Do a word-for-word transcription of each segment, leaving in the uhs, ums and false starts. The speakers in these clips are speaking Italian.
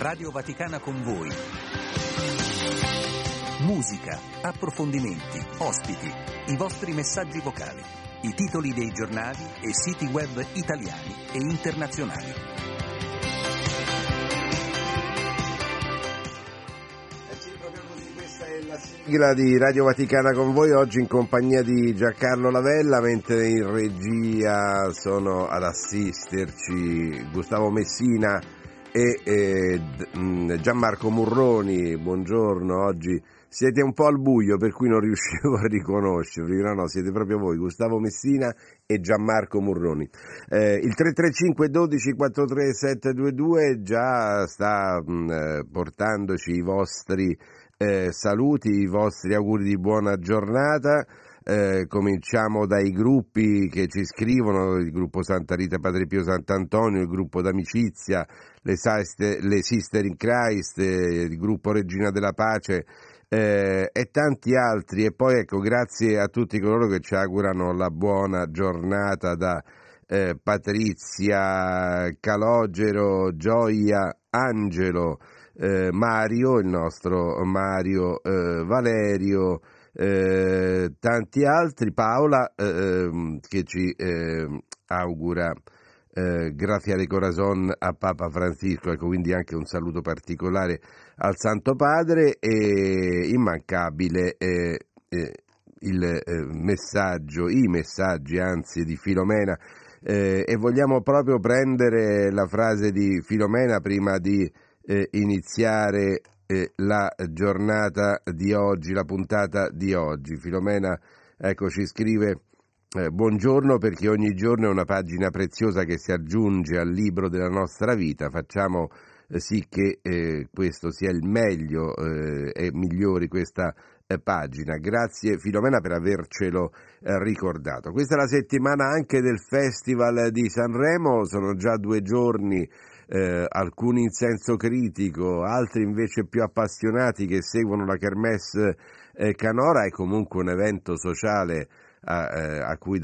Radio Vaticana con voi. Musica, approfondimenti, ospiti, i vostri messaggi vocali, i titoli dei giornali e siti web italiani e internazionali. Sigla di Radio Vaticana con voi, oggi in compagnia di Giancarlo Lavella, mentre in regia sono ad assisterci Gustavo Messina e eh, Gianmarco Murroni. Buongiorno, oggi siete un po' al buio per cui non riuscivo a riconoscervi, no no, siete proprio voi, Gustavo Messina e Gianmarco Murroni. Eh, il tre tre cinque dodici quarantatré settecentoventidue già sta mh, portandoci i vostri Eh, saluti, i vostri auguri di buona giornata. Eh, cominciamo dai gruppi che ci scrivono: il gruppo Santa Rita Padre Pio Sant'Antonio, il gruppo d'amicizia, le, Sister, le Sister in Christ, eh, il gruppo Regina della Pace eh, e tanti altri. E poi ecco, grazie a tutti coloro che ci augurano la buona giornata, da eh, Patrizia, Calogero, Gioia, Angelo, Eh, Mario, il nostro Mario, eh, Valerio, eh, tanti altri, Paola eh, che ci eh, augura eh, Gracia de Corazon a Papa Francisco, ecco, quindi anche un saluto particolare al Santo Padre. E immancabile eh, eh, il eh, messaggio, i messaggi anzi di Filomena, eh, e vogliamo proprio prendere la frase di Filomena prima di Eh, iniziare eh, la giornata di oggi, la puntata di oggi. Filomena, ecco, ci scrive: eh, buongiorno, perché ogni giorno è una pagina preziosa che si aggiunge al libro della nostra vita. Facciamo eh, sì che eh, questo sia il meglio eh, e migliori questa eh, pagina. Grazie Filomena per avercelo eh, ricordato. Questa è la settimana anche del Festival di Sanremo, sono già due giorni. Eh, alcuni in senso critico, altri invece più appassionati che seguono la Kermesse eh, Canora. È comunque un evento sociale a, eh, a cui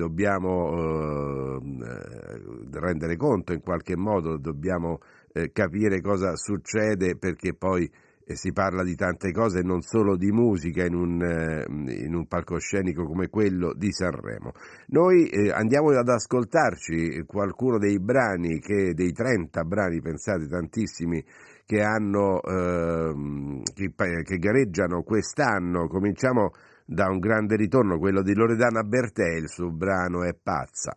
dobbiamo eh, rendere conto in qualche modo, dobbiamo eh, capire cosa succede, perché poi eh, si parla di tante cose, non solo di musica in un, eh, in un palcoscenico come quello di Sanremo. Noi eh, andiamo ad ascoltarci qualcuno dei brani, che dei trenta brani, pensate, tantissimi, che hanno eh, che, che gareggiano quest'anno. Cominciamo da un grande ritorno, quello di Loredana Bertè. Il suo brano è Pazza.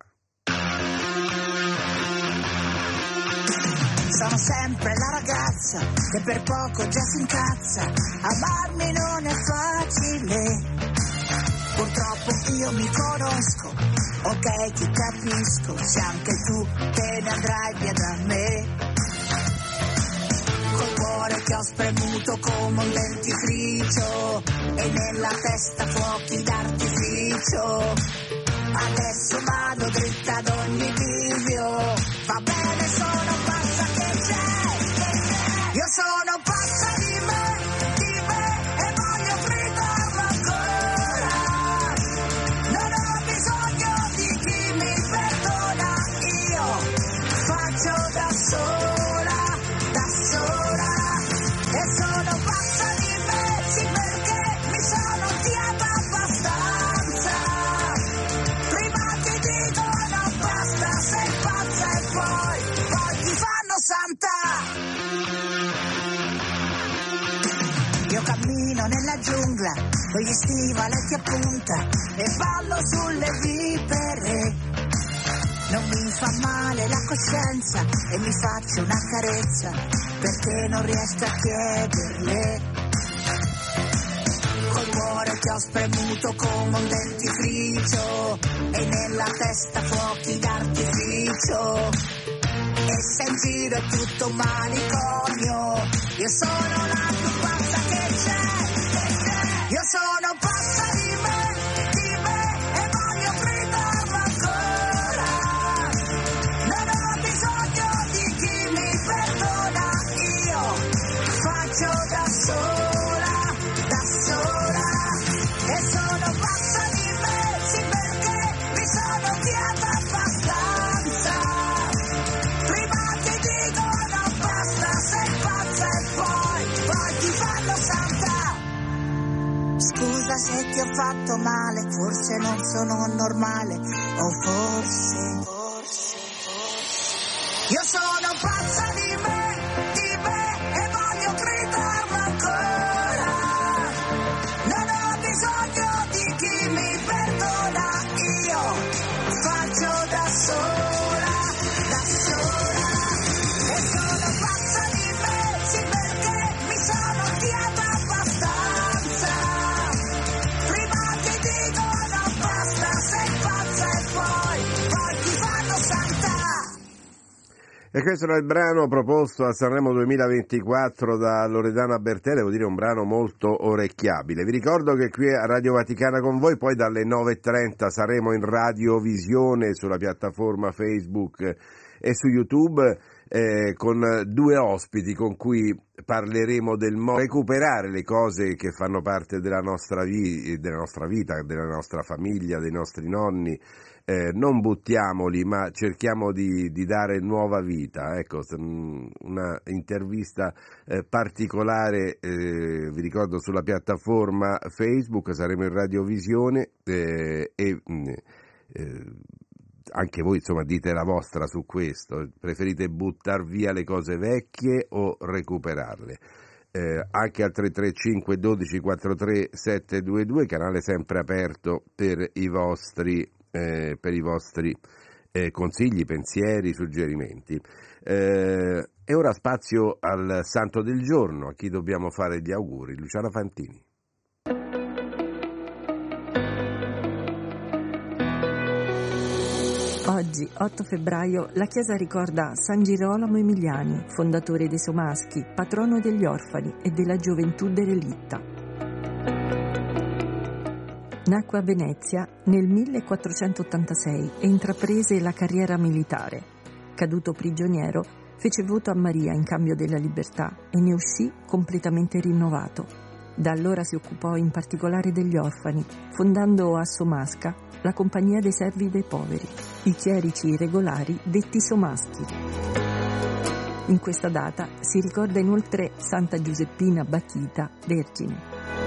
Sono sempre la ragazza che per poco già si incazza. Amarmi non è facile, purtroppo io mi conosco. Ok, ti capisco, se anche tu te ne andrai via da me. Col cuore che ho spremuto come un dentifricio e nella testa fuochi d'artificio. Adesso vado dritta ad ogni bivio. Va bene, sono pazza che c'è. Io sono pazza di me, di me, e voglio gridarlo ancora. Non ho bisogno di chi mi perdona. Io faccio da sola, da sola. E sono pazza di me, sì, perché mi sono odiata abbastanza. Prima ti dicono basta, sei pazza, e poi, poi ti fanno santa. Io cammino nella giungla con gli stivaletti a punta e ballo sulle vipere. Non mi fa male la coscienza e mi faccio una carezza, perché non riesco a chiederle. Col cuore che ho spremuto come un dentifricio e nella testa fuochi d'artificio. E se in giro è tutto un manicomio, io sono la più pazza che c'è. Io sono pazza di me, di me, e voglio gridarlo ancora. Non ho bisogno di chi mi perdona. Io faccio da sola, da sola. E sono pazza di me, sì, perché mi sono odiata abbastanza. Prima ti dicono basta, sei pazza, e forse non sono normale, o forse, forse, forse. Io sono pazza di me, di me, e voglio gridarlo ancora. Non ho bisogno di chi mi perdona, io faccio da sola, da sola. E sono pazza di me, sì, perché mi sono odiata abbastanza. Prima ti dicono basta, sei pazza, e poi, poi ti fanno santa. E questo era il brano proposto a Sanremo duemilaventiquattro da Loredana Bertè, devo dire un brano molto orecchiabile. Vi ricordo che qui a Radio Vaticana con voi, poi dalle nove e trenta saremo in radiovisione sulla piattaforma Facebook e su YouTube eh, con due ospiti con cui parleremo del modo di recuperare le cose che fanno parte della nostra, vi- della nostra vita, della nostra famiglia, dei nostri nonni. Eh, non buttiamoli, ma cerchiamo di, di dare nuova vita. Ecco, una intervista eh, particolare, eh, vi ricordo, sulla piattaforma Facebook, saremo in radiovisione eh, e eh, anche voi insomma dite la vostra su questo. Preferite buttar via le cose vecchie o recuperarle? Eh, anche al tre tre cinque dodici quarantatré settecentoventidue, canale sempre aperto per i vostri Eh, per i vostri eh, consigli, pensieri, suggerimenti. Eh, e ora spazio al santo del giorno, a chi dobbiamo fare gli auguri. Luciana Fantini. Oggi, otto febbraio, la Chiesa ricorda San Girolamo Emiliani, fondatore dei Somaschi, patrono degli orfani e della gioventù derelitta. Nacque a Venezia nel millequattrocentottantasei e intraprese la carriera militare. Caduto prigioniero, fece voto a Maria in cambio della libertà e ne uscì completamente rinnovato. Da allora si occupò in particolare degli orfani, fondando a Somasca la Compagnia dei Servi dei Poveri, i chierici regolari detti Somaschi. In questa data si ricorda inoltre Santa Giuseppina Bachita, Vergine.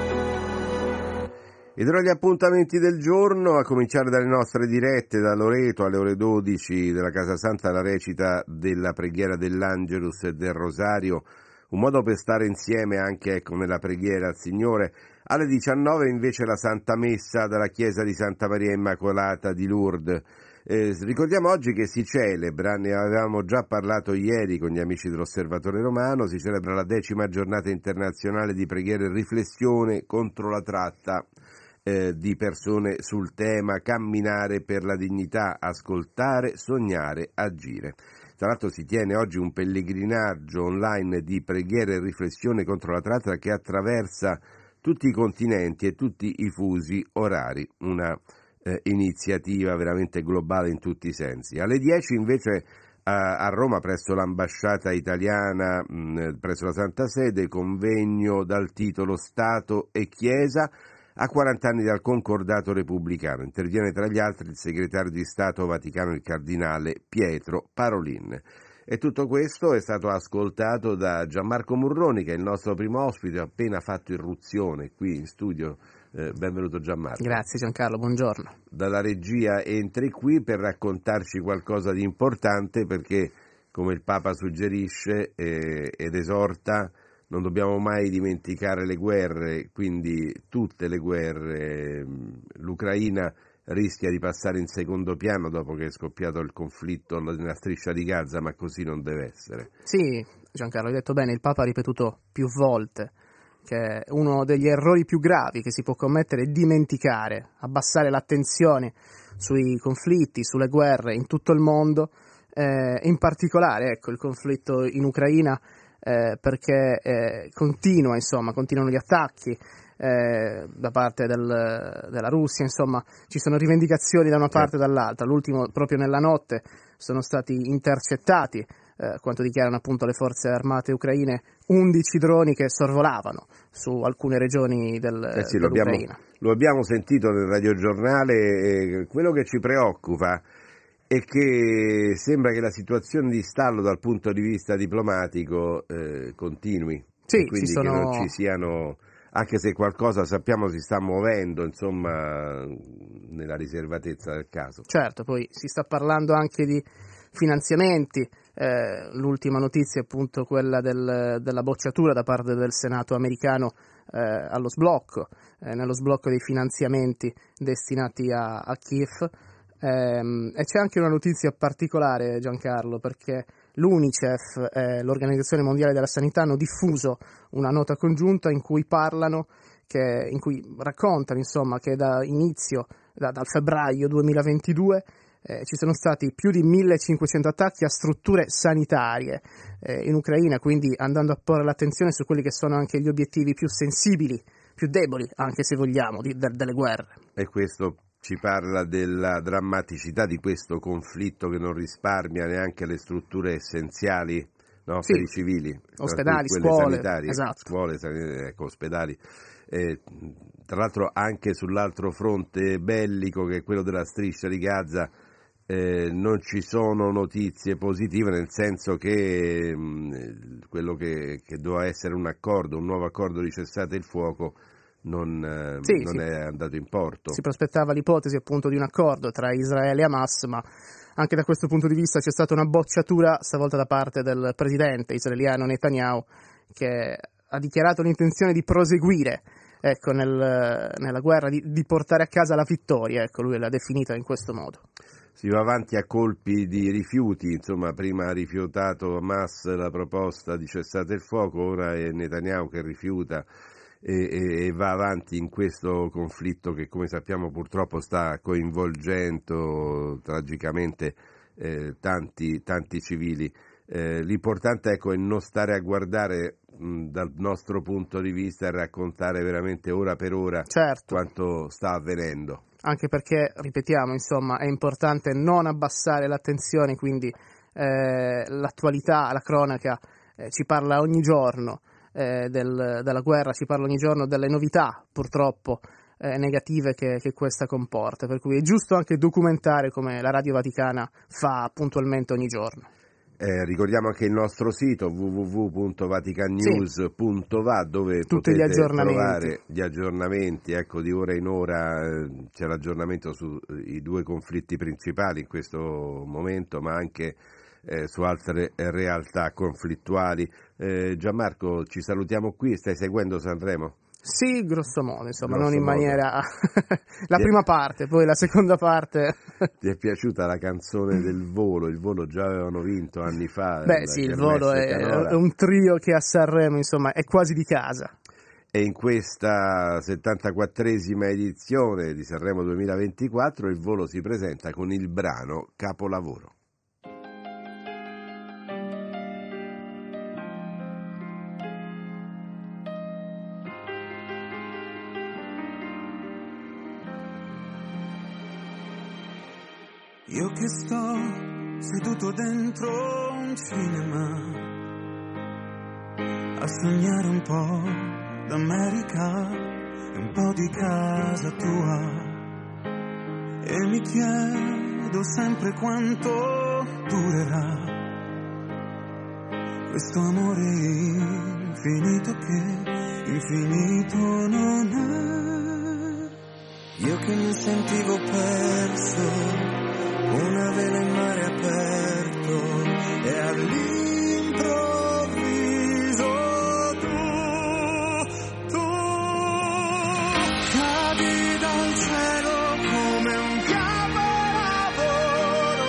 Ed ora gli appuntamenti del giorno, a cominciare dalle nostre dirette da Loreto alle ore dodici della Casa Santa, la recita della preghiera dell'Angelus e del Rosario, un modo per stare insieme anche ecco, nella preghiera al Signore. Alle diciannove invece la Santa Messa dalla Chiesa di Santa Maria Immacolata di Lourdes. Eh, ricordiamo oggi che si celebra, ne avevamo già parlato ieri con gli amici dell'Osservatore Romano, si celebra la decima giornata internazionale di preghiera e riflessione contro la tratta Eh, di persone sul tema camminare per la dignità, ascoltare, sognare, agire. Tra l'altro si tiene oggi un pellegrinaggio online di preghiera e riflessione contro la tratta che attraversa tutti i continenti e tutti i fusi orari, una eh, iniziativa veramente globale in tutti i sensi. Alle dieci invece a, a Roma presso l'ambasciata italiana, mh, presso la Santa Sede, convegno dal titolo Stato e Chiesa a quaranta anni dal concordato repubblicano. Interviene tra gli altri il segretario di Stato Vaticano, il cardinale Pietro Parolin. E tutto questo è stato ascoltato da Gianmarco Murroni, che è il nostro primo ospite, ha appena fatto irruzione qui in studio. Eh, benvenuto Gianmarco. Grazie Giancarlo, buongiorno. Dalla regia entri qui per raccontarci qualcosa di importante, perché come il Papa suggerisce eh, ed esorta, non dobbiamo mai dimenticare le guerre, quindi tutte le guerre. L'Ucraina rischia di passare in secondo piano dopo che è scoppiato il conflitto nella striscia di Gaza, ma così non deve essere. Sì, Giancarlo, hai detto bene, il Papa ha ripetuto più volte che uno degli errori più gravi che si può commettere è dimenticare, abbassare l'attenzione sui conflitti, sulle guerre in tutto il mondo, eh, in particolare ecco, il conflitto in Ucraina, Eh, perché eh, continua, insomma, continuano gli attacchi eh, da parte del, della Russia, insomma, ci sono rivendicazioni da una parte e dall'altra. L'ultimo, proprio nella notte, sono stati intercettati, eh, quanto dichiarano appunto le forze armate ucraine, undici droni che sorvolavano su alcune regioni del, eh sì, dell'Ucraina. Lo abbiamo, lo abbiamo sentito nel radiogiornale, eh, quello che ci preoccupa è che sembra che la situazione di stallo dal punto di vista diplomatico eh, continui, sì, e quindi ci sono... che non ci siano anche se qualcosa sappiamo si sta muovendo, insomma, nella riservatezza del caso. Certo, poi si sta parlando anche di finanziamenti, eh, l'ultima notizia è appunto quella del, della bocciatura da parte del Senato americano eh, allo sblocco, eh, nello sblocco dei finanziamenti destinati a, a Kiev. Ehm, e c'è anche una notizia particolare, Giancarlo, perché l'UNICEF e l'Organizzazione Mondiale della Sanità hanno diffuso una nota congiunta in cui parlano, che, in cui raccontano insomma che da inizio, da, dal febbraio duemilaventidue, eh, ci sono stati più di millecinquecento attacchi a strutture sanitarie eh, in Ucraina, quindi andando a porre l'attenzione su quelli che sono anche gli obiettivi più sensibili, più deboli, anche se vogliamo, di, de, delle guerre. E questo ci parla della drammaticità di questo conflitto che non risparmia neanche le strutture essenziali, no? Sì. Per i civili, ospedali, quelle scuole, sanitarie, esatto. scuole, ecco, ospedali. Eh, tra l'altro anche sull'altro fronte bellico, che è quello della striscia di Gaza, eh, non ci sono notizie positive, nel senso che mh, quello che, che doveva essere un accordo, un nuovo accordo di cessate il fuoco, non, eh, sì, non sì. è andato in porto. Si prospettava l'ipotesi appunto di un accordo tra Israele e Hamas, ma anche da questo punto di vista c'è stata una bocciatura, stavolta da parte del presidente israeliano Netanyahu, che ha dichiarato l'intenzione di proseguire ecco, nel, nella guerra, di, di portare a casa la vittoria, ecco, lui l'ha definita in questo modo. Si va avanti a colpi di rifiuti, insomma, prima ha rifiutato Hamas la proposta di cessate il fuoco, ora è Netanyahu che rifiuta e, e, e va avanti in questo conflitto che, come sappiamo, purtroppo sta coinvolgendo tragicamente eh, tanti, tanti civili. Eh, l'importante, ecco, è non stare a guardare mh, dal nostro punto di vista e raccontare veramente ora per ora certo. quanto sta avvenendo. Anche perché, ripetiamo, insomma, è importante non abbassare l'attenzione, quindi eh, l'attualità, la cronaca eh, ci parla ogni giorno eh, del, della guerra, ci parla ogni giorno delle novità, purtroppo, eh, negative che, che questa comporta, per cui è giusto anche documentare come la Radio Vaticana fa puntualmente ogni giorno. Eh, ricordiamo anche il nostro sito w w w punto vatican news punto v a sì. dove tutti potete gli aggiornamenti. trovare gli aggiornamenti, ecco, di ora in ora. Eh, c'è l'aggiornamento sui due conflitti principali in questo momento, ma anche eh, su altre realtà conflittuali. Eh, Gianmarco, ci salutiamo qui, stai seguendo Sanremo? Sì, grosso modo, insomma, grosso non in modo. maniera... la prima parte, poi la seconda parte... Ti è piaciuta la canzone del Volo? Il Volo già avevano vinto anni fa. Beh sì, il Volo è, è un trio che a Sanremo, insomma, è quasi di casa. E in questa settantaquattresima edizione di Sanremo duemilaventiquattro il Volo si presenta con il brano Capolavoro. Io che sto seduto dentro un cinema a sognare un po' d'America e un po' di casa tua, e mi chiedo sempre quanto durerà questo amore infinito che infinito non è. Io che mi sentivo perso, una vela in mare aperto, e all'improvviso tu, tu cadi dal cielo come un capolavoro.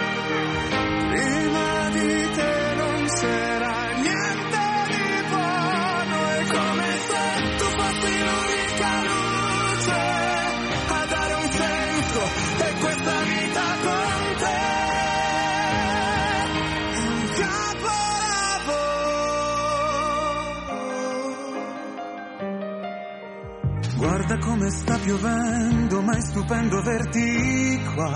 Prima di te non c'era niente di buono, è come se tu fossi l'unica luce a dare un senso e questa vita con te è un capolavoro. Guarda come sta piovendo, ma è stupendo averti qua.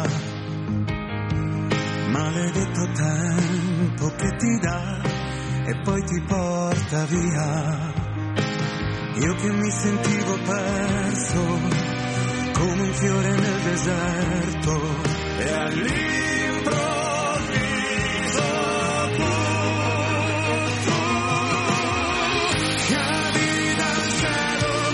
Maledetto tempo che ti dà e poi ti porta via. Io che mi sentivo perso come un fiore nel deserto, e all'improvviso tu, tu cadi dal cielo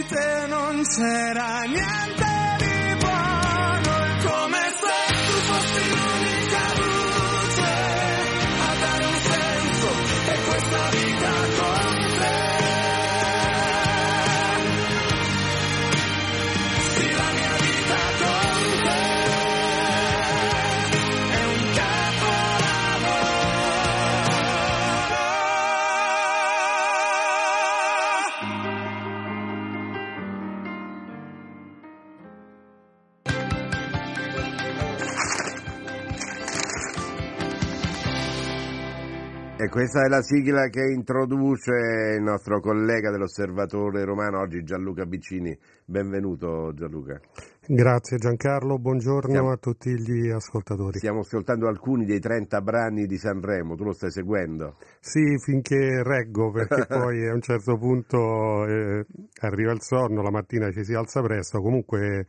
niente, non c'era niente di buono. È come se tu fossi l'unica luce a dare un senso e questa vita con te. Sì, la mia vita con te è un capolavoro. E questa è la sigla che introduce il nostro collega dell'Osservatore Romano, oggi Gianluca Biccini. Benvenuto Gianluca. Grazie Giancarlo, buongiorno Stiamo... a tutti gli ascoltatori. Stiamo ascoltando alcuni dei trenta brani di Sanremo, tu lo stai seguendo? Sì, finché reggo, perché poi a un certo punto eh, arriva il sonno, la mattina ci si alza presto, comunque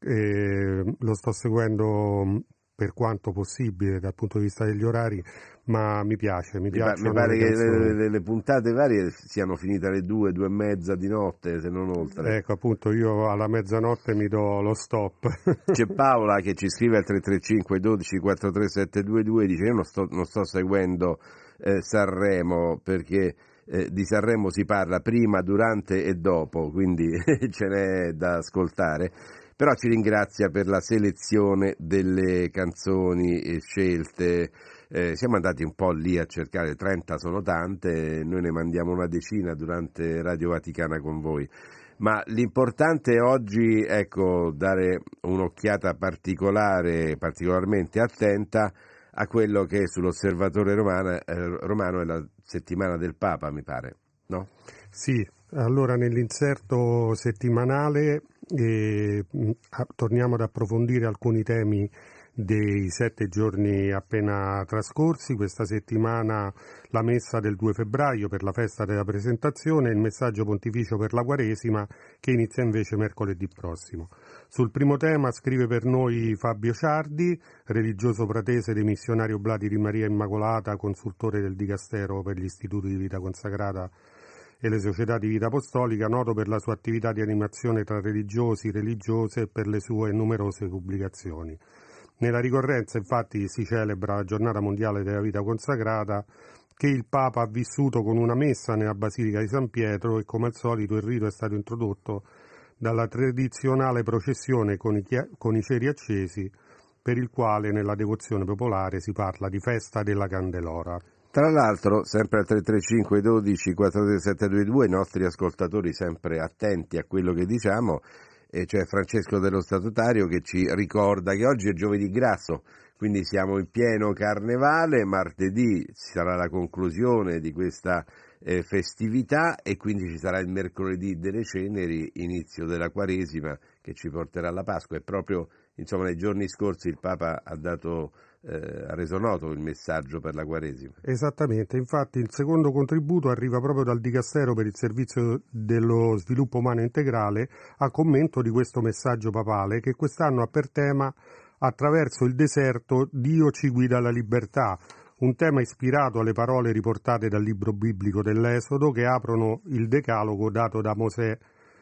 eh, lo sto seguendo per quanto possibile dal punto di vista degli orari, ma mi piace, mi, mi piacciono. Mi pare le che canzoni. le, le puntate varie siano finite alle due, due e mezza di notte, se non oltre. Ecco, appunto, io alla mezzanotte mi do lo stop. C'è Paola che ci scrive al tre tre cinque dodici quattro tre sette due due, dice io non sto, non sto seguendo eh, Sanremo perché eh, di Sanremo si parla prima, durante e dopo, quindi ce n'è da ascoltare. Però ci ringrazia per la selezione delle canzoni scelte. Eh, siamo andati un po' lì a cercare, trenta sono tante, noi ne mandiamo una decina durante Radio Vaticana con voi. Ma l'importante oggi, ecco, dare un'occhiata particolare, particolarmente attenta a quello che sull'Osservatore Romano, eh, Romano è la settimana del Papa, mi pare, no? Sì, allora nell'inserto settimanale eh, torniamo ad approfondire alcuni temi dei sette giorni appena trascorsi. Questa settimana la messa del due febbraio per la festa della presentazione e il messaggio pontificio per la Quaresima che inizia invece mercoledì prossimo. Sul primo tema scrive per noi Fabio Ciardi, religioso pratese dei missionari oblati di Maria Immacolata, consultore del Dicastero per gli istituti di vita consacrata e le società di vita apostolica, noto per la sua attività di animazione tra religiosi, religiose e per le sue numerose pubblicazioni. Nella ricorrenza infatti si celebra la giornata mondiale della vita consacrata che il Papa ha vissuto con una messa nella Basilica di San Pietro e come al solito il rito è stato introdotto dalla tradizionale processione con i, chia- con i ceri accesi, per il quale nella devozione popolare si parla di festa della Candelora. Tra l'altro, sempre al tre tre cinque dodici quattro tre sette due due, i nostri ascoltatori sempre attenti a quello che diciamo, e c'è Francesco dello Statutario che ci ricorda che oggi è giovedì grasso, quindi siamo in pieno carnevale, martedì sarà la conclusione di questa eh, festività e quindi ci sarà il mercoledì delle ceneri, inizio della Quaresima che ci porterà alla Pasqua. E proprio insomma nei giorni scorsi il Papa ha dato Eh, ha reso noto il messaggio per la Quaresima. Esattamente, infatti il secondo contributo arriva proprio dal Dicastero per il servizio dello sviluppo umano integrale a commento di questo messaggio papale che quest'anno ha per tema attraverso il deserto Dio ci guida alla libertà, un tema ispirato alle parole riportate dal libro biblico dell'Esodo che aprono il decalogo dato da Mosè,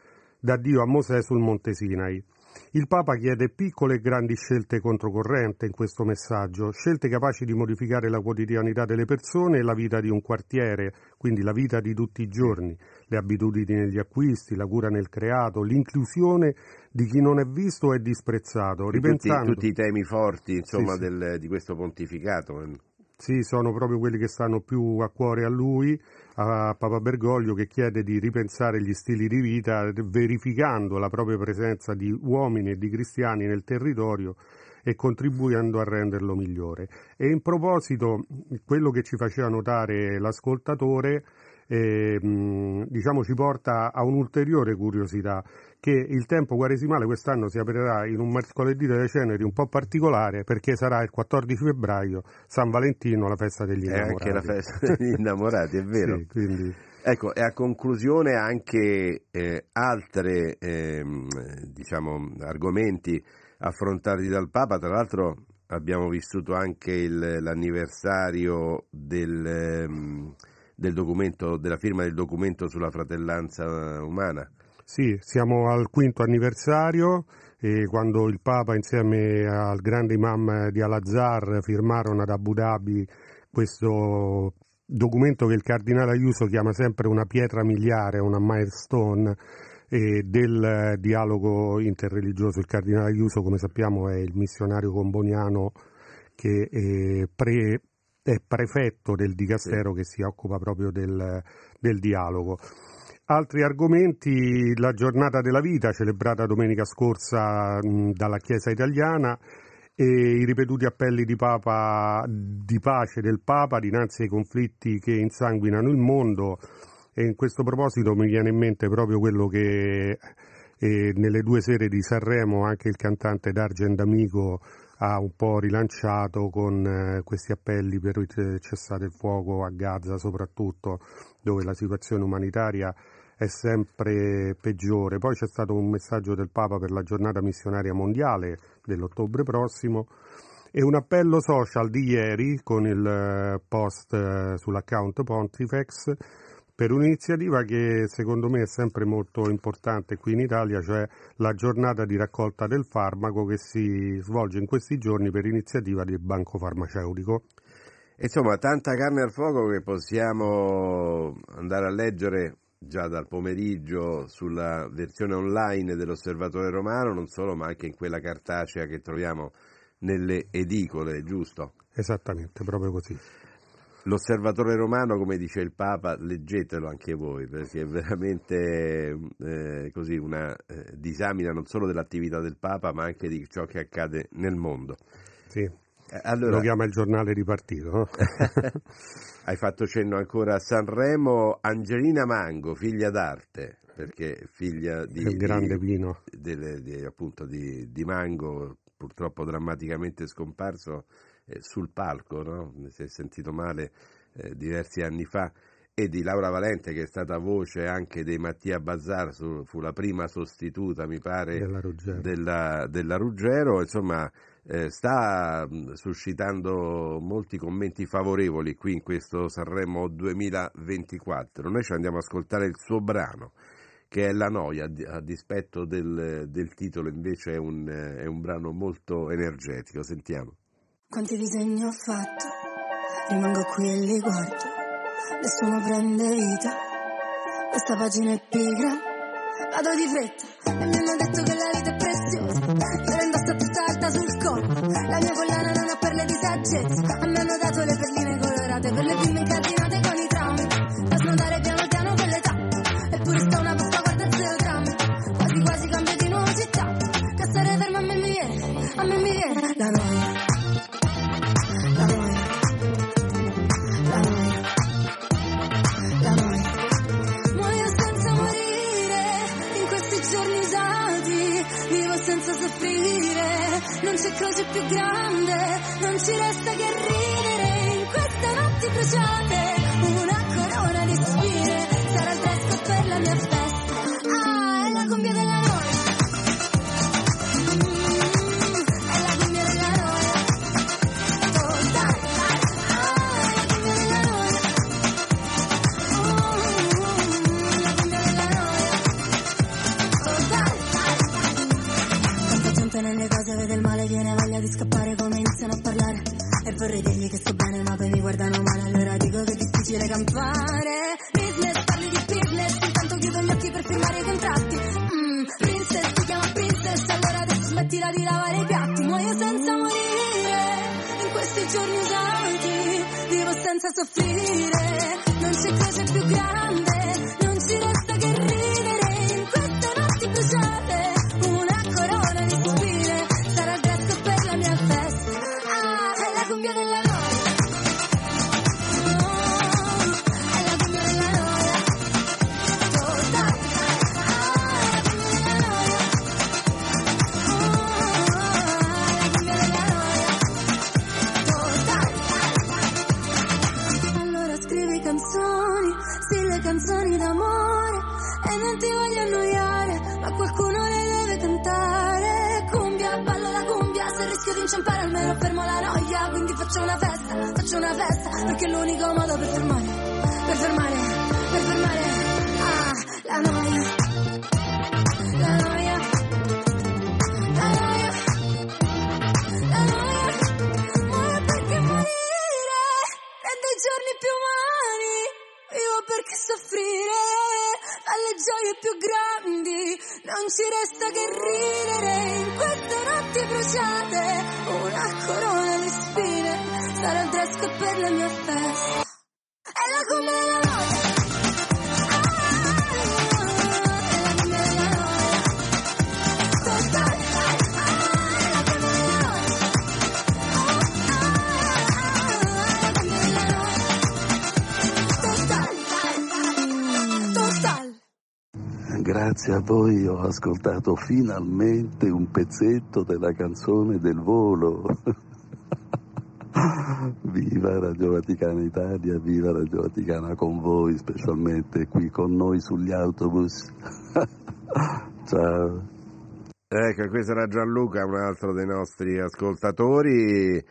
da Dio a Mosè sul Monte Sinai. Il Papa chiede piccole e grandi scelte controcorrente in questo messaggio, scelte capaci di modificare la quotidianità delle persone e la vita di un quartiere, quindi la vita di tutti i giorni, le abitudini negli acquisti, la cura nel creato, l'inclusione di chi non è visto o è disprezzato. Ripensando... Tutti, tutti i temi forti, insomma, sì, sì. Del, di questo pontificato. Sì, sono proprio quelli che stanno più a cuore a lui, a Papa Bergoglio, che chiede di ripensare gli stili di vita verificando la propria presenza di uomini e di cristiani nel territorio e contribuendo a renderlo migliore. E in proposito, quello che ci faceva notare l'ascoltatore eh, diciamo ci porta a un'ulteriore curiosità, che il tempo quaresimale quest'anno si aprirà in un mercoledì delle ceneri un po' particolare, perché sarà il quattordici febbraio, San Valentino, la festa degli innamorati. È anche la festa degli innamorati, è vero. Sì, quindi... Ecco, e a conclusione anche eh, altre eh, diciamo, argomenti affrontati dal Papa. Tra l'altro abbiamo vissuto anche il, l'anniversario del, del documento, della firma del documento sulla fratellanza umana. Sì, siamo al quinto anniversario e quando il Papa insieme al grande imam di Al-Azhar firmarono ad Abu Dhabi questo documento che il cardinale Aiuso chiama sempre una pietra miliare, una milestone eh, del dialogo interreligioso. Il cardinale Aiuso, come sappiamo, è il missionario comboniano che è, pre, è prefetto del dicastero che si occupa proprio del, del dialogo. Altri argomenti: la giornata della vita celebrata domenica scorsa mh, dalla Chiesa italiana e i ripetuti appelli di, Papa, di pace del Papa dinanzi ai conflitti che insanguinano il mondo. E in questo proposito mi viene in mente proprio quello che eh, nelle due sere di Sanremo anche il cantante D'Argent Amico ha un po' rilanciato con eh, questi appelli per il cessate il fuoco a Gaza, soprattutto dove la situazione umanitaria è sempre peggiore. Poi c'è stato un messaggio del Papa per la giornata missionaria mondiale dell'ottobre prossimo e un appello social di ieri con il post eh, sull'account Pontifex per un'iniziativa che secondo me è sempre molto importante qui in Italia, cioè la giornata di raccolta del farmaco che si svolge in questi giorni per iniziativa del Banco Farmaceutico. Insomma, tanta carne al fuoco che possiamo andare a leggere già dal pomeriggio sulla versione online dell'Osservatore Romano, non solo, ma anche in quella cartacea che troviamo nelle edicole, giusto? Esattamente, proprio così. L'Osservatore Romano, come dice il Papa, leggetelo anche voi, perché è veramente eh, così una eh, disamina non solo dell'attività del Papa, ma anche di ciò che accade nel mondo. Sì, allora, lo chiama il giornale di partito, no? Hai fatto cenno ancora a Sanremo. Angelina Mango, figlia d'arte, perché figlia di, il grande di, Pino di, di, appunto di, di Mango, purtroppo drammaticamente scomparso eh, sul palco, no? Si è sentito male eh, diversi anni fa, e di Laura Valente, che è stata voce anche dei Mattia Bazzar, su, fu la prima sostituta, mi pare, della Ruggero, della, della Ruggero. Insomma, eh, sta suscitando molti commenti favorevoli qui in questo Sanremo duemilaventiquattro. Noi ci andiamo ad ascoltare il suo brano, che è La Noia, a dispetto del, del titolo, invece è un, è un brano molto energetico. Sentiamo. Quanti disegni ho fatto, rimango qui e li guardo, nessuno prende vita, questa pagina è pigra, vado di fretta, e mi hanno detto che la vita è preziosa, io la indosso tutta alta sul collo, la mia collana non ha perle di saggezza, a me hanno dato le perline colorate per le bimbe incardinate con i traumi, da snodare piano piano per l'età, eppure sta una posta guarda il zero drammi, quasi quasi cambio di nuova città, che stare fermo a me mi viene, a me mi viene la noia. La noia, la noia, la noia. Muoio senza morire, in questi giorni usati, vivo senza soffrire, non c'è cosa più grande, non ci resta che ridere, in queste notti bruciate, una corona di spine, sarà il fresco per la mia festa, ah, è la cumbia della noia. Nelle cose vede il male, viene voglia di scappare come iniziano a parlare, e vorrei dirgli che sto bene ma poi mi guardano male, allora dico che è difficile campare. Business, parli di business, intanto chiudo gli occhi per firmare i contratti. mm, Princess, ti chiama princess, allora adesso smettila di lavare i piatti. Muoio senza morire, in questi giorni usati, vivo senza soffrire, non c'è cosa più grande, non ci resta che ridere, in queste notti bruciate, una corona di spine, sarà il dress per la mia festa, ah, è la cumbia della noia, oh, è la cumbia della noia, totale, ah, è la cumbia della noia, oh, è la cumbia della noia, totale. Allora scrivi canzoni, sì, le canzoni d'amore, e non ti voglio annoiare, ma qualcuno le deve cantare. Cumbia, ballo la cumbia, se rischio di inciampare almeno fermo la noia, quindi faccio una festa, faccio una festa, perché è l'unico modo per fermare, per fermare, per fermare, ah, la noia. non ci resta che ridere in queste notti bruciate, una corona di spine sarà il dress code per la mia festa. E la come la notte, ah, e la come la notte, totale, ah, la come la notte, grazie a voi ho ascoltato finalmente un pezzetto della canzone del volo. Viva Radio Vaticana Italia, viva Radio Vaticana con voi, specialmente qui con noi sugli autobus. Ciao. Ecco, questo era Gianluca, un altro dei nostri ascoltatori,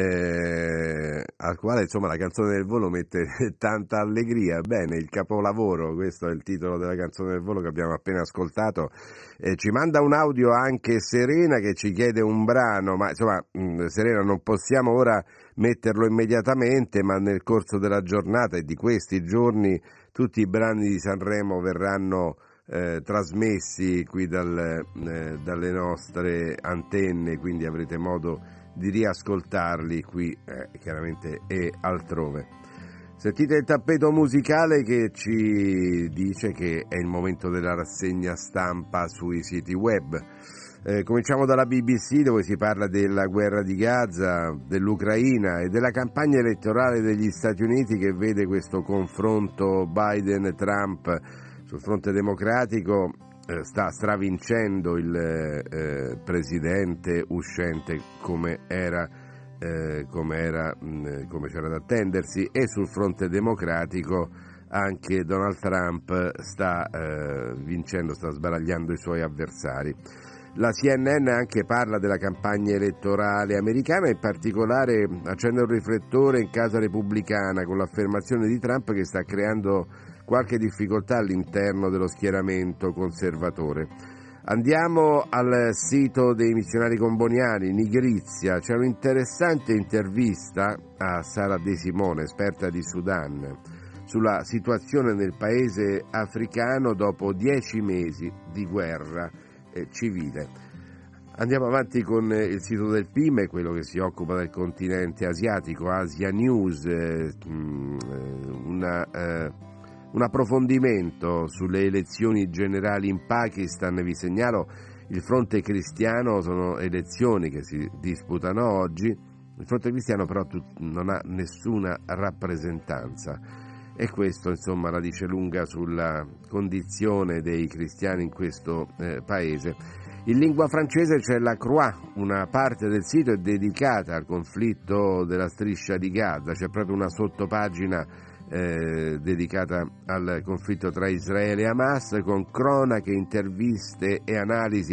eh, al quale insomma la canzone del volo mette tanta allegria. Bene, il capolavoro, questo è il titolo della canzone del volo che abbiamo appena ascoltato. Eh, ci manda un audio anche Serena che ci chiede un brano, ma insomma mh, Serena non possiamo ora metterlo immediatamente, ma nel corso della giornata e di questi giorni tutti i brani di Sanremo verranno Eh, trasmessi qui dal, eh, dalle nostre antenne, quindi avrete modo di riascoltarli qui eh, chiaramente e altrove. Sentite il tappeto musicale che ci dice che è il momento della rassegna stampa sui siti web. Eh, cominciamo dalla B B C, dove si parla della guerra di Gaza, dell'Ucraina e della campagna elettorale degli Stati Uniti che vede questo confronto Biden-Trump. Sul fronte democratico eh, sta stravincendo il eh, presidente uscente come era, eh, come, era mh, come c'era da attendersi, e sul fronte democratico anche Donald Trump sta eh, vincendo, sta sbaragliando i suoi avversari. La C N N anche parla della campagna elettorale americana, in particolare accende un riflettore in casa repubblicana con l'affermazione di Trump che sta creando qualche difficoltà all'interno dello schieramento conservatore. Andiamo al sito dei missionari comboniani, Nigrizia. C'è un'interessante intervista a Sara De Simone, esperta di Sudan, sulla situazione nel paese africano dopo dieci mesi di guerra eh, civile. Andiamo avanti con il sito del P I M E, quello che si occupa del continente asiatico, Asia News, eh, una... Eh, Un approfondimento sulle elezioni generali in Pakistan. Vi segnalo il Fronte Cristiano, sono elezioni che si disputano oggi. Il Fronte Cristiano però non ha nessuna rappresentanza e questo insomma la dice lunga sulla condizione dei cristiani in questo eh, paese. In lingua francese c'è la Croix, una parte del sito è dedicata al conflitto della striscia di Gaza, c'è proprio una sottopagina Eh, dedicata al conflitto tra Israele e Hamas con cronache, interviste e analisi.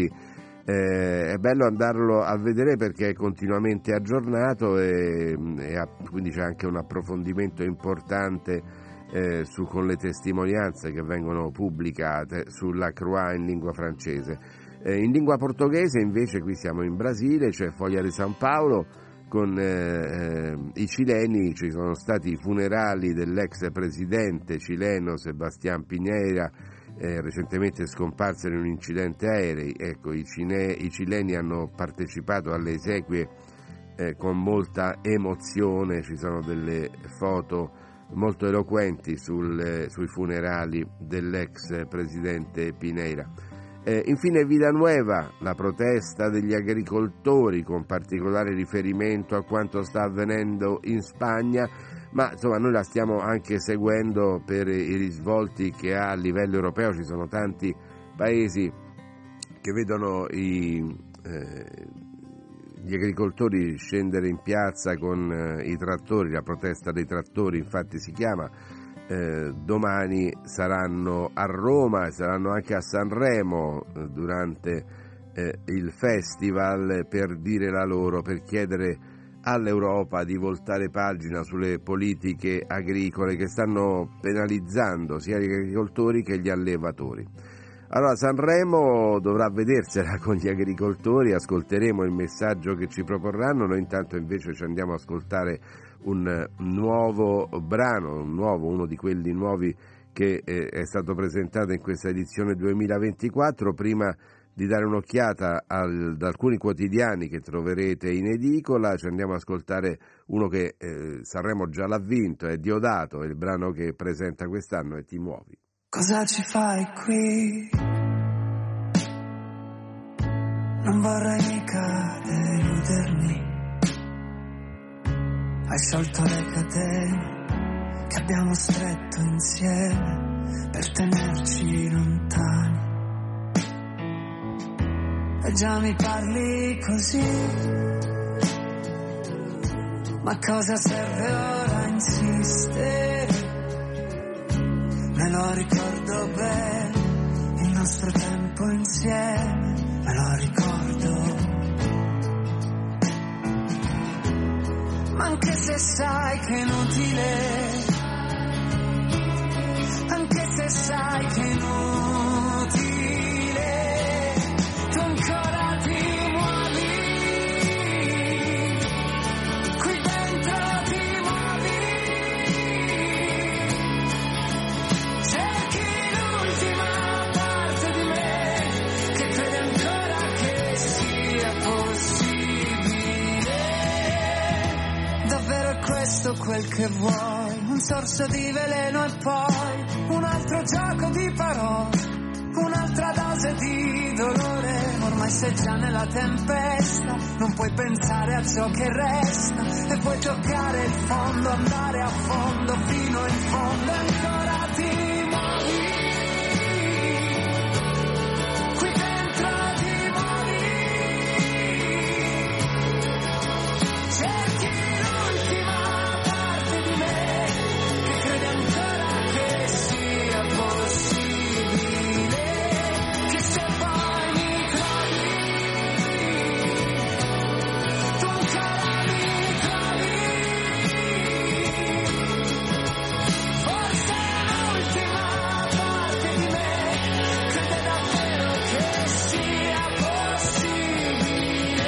Eh, è bello andarlo a vedere perché è continuamente aggiornato e, e ha, quindi c'è anche un approfondimento importante eh, su, con le testimonianze che vengono pubblicate sulla Croix in lingua francese. Eh, in lingua portoghese invece, qui siamo in Brasile, c'è Folha di São Paulo. Con eh, i cileni ci sono stati i funerali dell'ex presidente cileno Sebastián Piñera, eh, recentemente scomparso in un incidente aereo. Ecco, i, cine, i cileni hanno partecipato alle esequie eh, con molta emozione, ci sono delle foto molto eloquenti sul, eh, sui funerali dell'ex presidente Piñera. Eh, infine Villanueva, la protesta degli agricoltori con particolare riferimento a quanto sta avvenendo in Spagna, ma insomma noi la stiamo anche seguendo per i risvolti che ha a livello europeo. Ci sono tanti paesi che vedono i, eh, gli agricoltori scendere in piazza con eh, i trattori, la protesta dei trattori infatti si chiama. Eh, domani saranno a Roma e saranno anche a Sanremo eh, durante eh, il festival per dire la loro, per chiedere all'Europa di voltare pagina sulle politiche agricole che stanno penalizzando sia gli agricoltori che gli allevatori. Allora Sanremo dovrà vedersela con gli agricoltori, ascolteremo il messaggio che ci proporranno, noi intanto invece ci andiamo ad ascoltare un nuovo brano, un nuovo, uno di quelli nuovi che eh, è stato presentato in questa edizione duemilaventiquattro. Prima di dare un'occhiata al, ad alcuni quotidiani che troverete in edicola, ci andiamo ad ascoltare uno che eh, Sanremo già l'ha vinto, è Diodato, il brano che presenta quest'anno è Ti muovi. Cosa ci fai qui? Non vorrei mica deludermi. Hai sciolto le catene che abbiamo stretto insieme per tenerci lontani. E già mi parli così, ma cosa serve ora insistere? Me lo ricordo bene, il nostro tempo insieme, me lo ricordo. Ma anche se sai che è inutile, anche se sai che è inutile, tu ancora ti muovi, qui dentro ti muovi, cerchi l'ultima parte di me che crede ancora che sia possibile. Davvero è questo quel che vuoi, un sorso di veleno e poi un altro gioco di parole, un'altra dose di dolore. Ormai sei già nella tempesta, non puoi pensare a ciò che resta e puoi toccare il fondo, andare a fondo fino in fondo e ancora ti muovi, qui dentro ti muovi, cerchi l'ultima parte di me che crede ancora che sia possibile, che se poi mi crolli, tu ancora mi trovi, forse l'ultima parte di me crede davvero che sia possibile.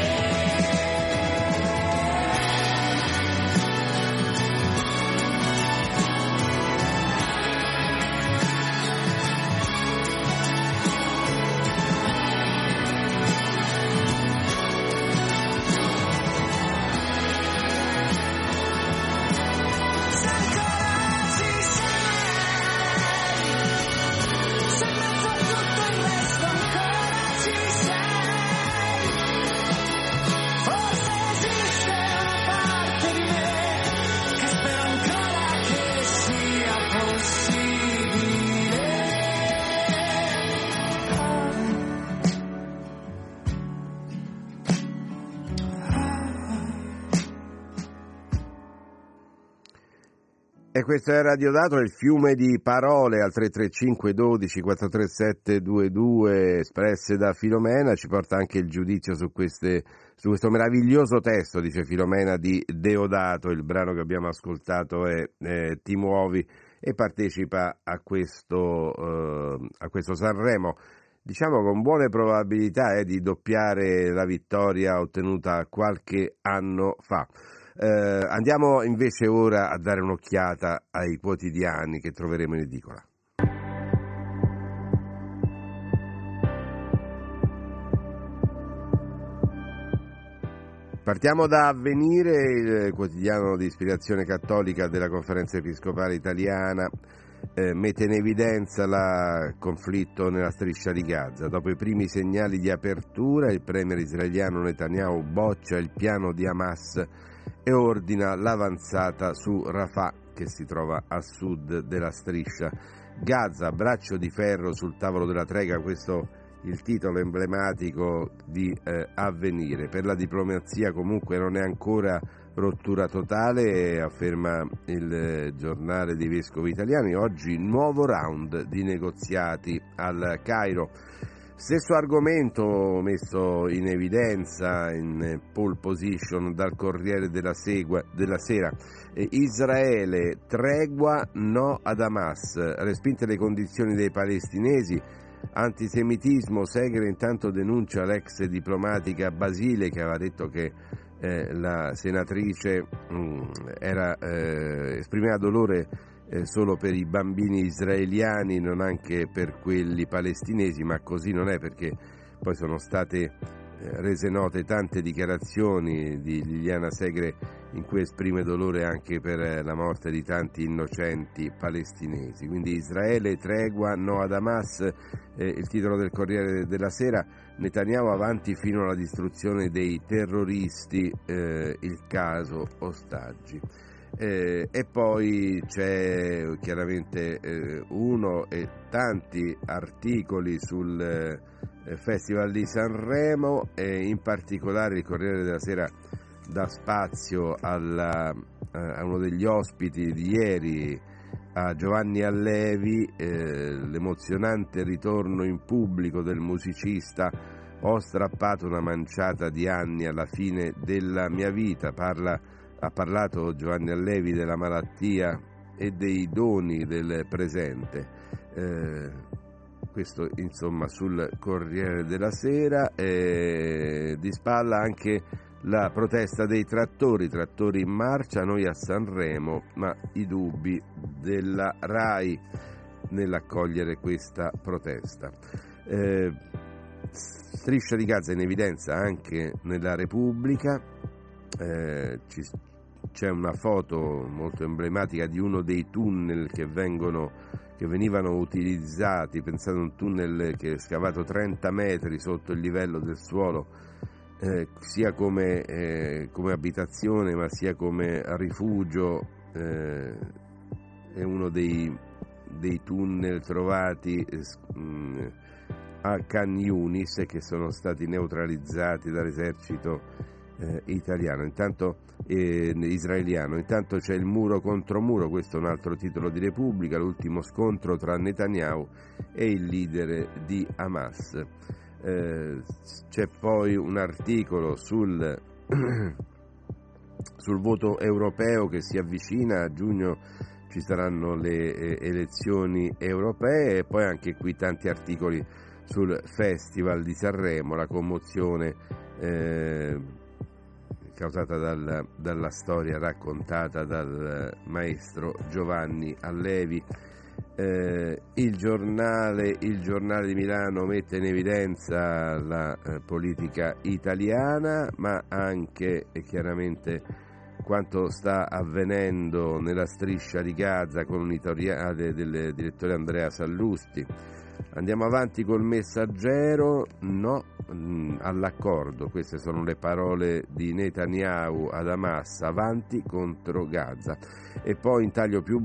Se ancora ci sei, se mezzo a tutto il resto ancora ci sei, forse esiste una parte di me che spera ancora che sia possibile. E questo è Radio Dato, il fiume di parole al tre tre cinque dodici quattro tre sette due due espresse da Filomena. Ci porta anche il giudizio su, queste, su questo meraviglioso testo, dice Filomena, di Deodato. Il brano che abbiamo ascoltato è eh, Ti muovi, e partecipa a questo, eh, a questo Sanremo, diciamo con buone probabilità eh, di doppiare la vittoria ottenuta qualche anno fa. Eh, andiamo invece ora a dare un'occhiata ai quotidiani che troveremo in edicola. Partiamo da Avvenire, il quotidiano di ispirazione cattolica della Conferenza Episcopale Italiana. Eh, mette in evidenza il conflitto nella striscia di Gaza. Dopo i primi segnali di apertura, il premier israeliano Netanyahu boccia il piano di Hamas e ordina l'avanzata su Rafah, che si trova a sud della striscia. Gaza, braccio di ferro sul tavolo della tregua, questo il titolo emblematico di eh, Avvenire. Per la diplomazia comunque non è ancora rottura totale, afferma il eh, giornale dei vescovi italiani. Oggi nuovo round di negoziati al Cairo. Stesso argomento messo in evidenza in pole position dal Corriere della, Segua, della Sera. Eh, Israele, tregua no ad Hamas, respinte le condizioni dei palestinesi. Antisemitismo, Segre intanto denuncia l'ex diplomatica Basile, che aveva detto che eh, la senatrice mh, era, eh, esprimeva dolore eh, solo per i bambini israeliani, non anche per quelli palestinesi, ma così non è, perché poi sono state eh, rese note tante dichiarazioni di Liliana Segre in cui esprime dolore anche per eh, la morte di tanti innocenti palestinesi. Quindi Israele, tregua, no ad Hamas, eh, il titolo del Corriere della Sera. Netanyahu avanti fino alla distruzione dei terroristi, eh, il caso ostaggi. Eh, e poi c'è chiaramente eh, uno e tanti articoli sul eh, Festival di Sanremo, e in particolare il Corriere della Sera dà spazio alla, a uno degli ospiti di ieri, a Giovanni Allevi, eh, l'emozionante ritorno in pubblico del musicista. Ho strappato una manciata di anni alla fine della mia vita. Parla, ha parlato Giovanni Allevi della malattia e dei doni del presente. Eh, questo insomma sul Corriere della Sera. Eh, di spalla anche la protesta dei trattori, trattori in marcia, noi a Sanremo, ma i dubbi della RAI nell'accogliere questa protesta. Eh, striscia di Gaza in evidenza anche nella Repubblica, eh, ci, c'è una foto molto emblematica di uno dei tunnel che vengono che venivano utilizzati, pensate a un tunnel che è scavato trenta metri sotto il livello del suolo, Eh, sia come, eh, come abitazione ma sia come rifugio. Eh, è uno dei, dei tunnel trovati eh, mh, a Khan Yunis, che sono stati neutralizzati dall'esercito eh, italiano, intanto eh, israeliano. Intanto c'è il muro contro muro, questo è un altro titolo di Repubblica, l'ultimo scontro tra Netanyahu e il leader di Hamas. Eh, c'è poi un articolo sul, sul voto europeo che si avvicina, a giugno ci saranno le eh, elezioni europee, e poi anche qui tanti articoli sul Festival di Sanremo, la commozione eh, causata dal, dalla storia raccontata dal maestro Giovanni Allevi. Eh, il giornale il giornale di Milano mette in evidenza la eh, politica italiana, ma anche e chiaramente quanto sta avvenendo nella striscia di Gaza con un editoriale del direttore Andrea Sallusti. Andiamo avanti col Messaggero, no mh, all'accordo, queste sono le parole di Netanyahu ad Hamas, avanti contro Gaza. E poi in taglio più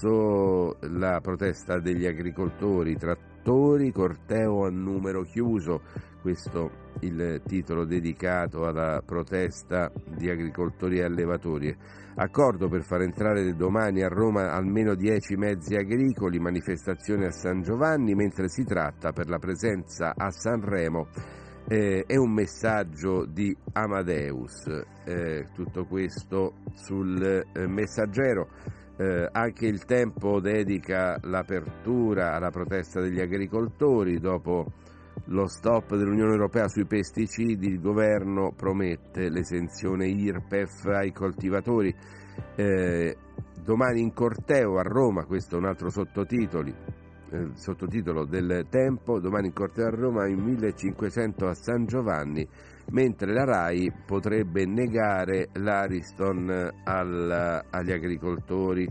basso la protesta degli agricoltori, trattori, corteo a numero chiuso, questo il titolo dedicato alla protesta di agricoltori e allevatori. Accordo per far entrare domani a Roma almeno dieci mezzi agricoli, manifestazione a San Giovanni, mentre si tratta per la presenza a Sanremo. Eh, è un messaggio di Amadeus, eh, tutto questo sul eh, Messaggero. Eh, anche il Tempo dedica l'apertura alla protesta degli agricoltori. Dopo lo stop dell'Unione Europea sui pesticidi, il governo promette l'esenzione I R P E F ai coltivatori. Eh, domani in corteo a Roma, questo è un altro sottotitolo, eh, sottotitolo del Tempo, domani in corteo a Roma, in millecinquecento a San Giovanni, mentre la RAI potrebbe negare l'Ariston al, agli agricoltori.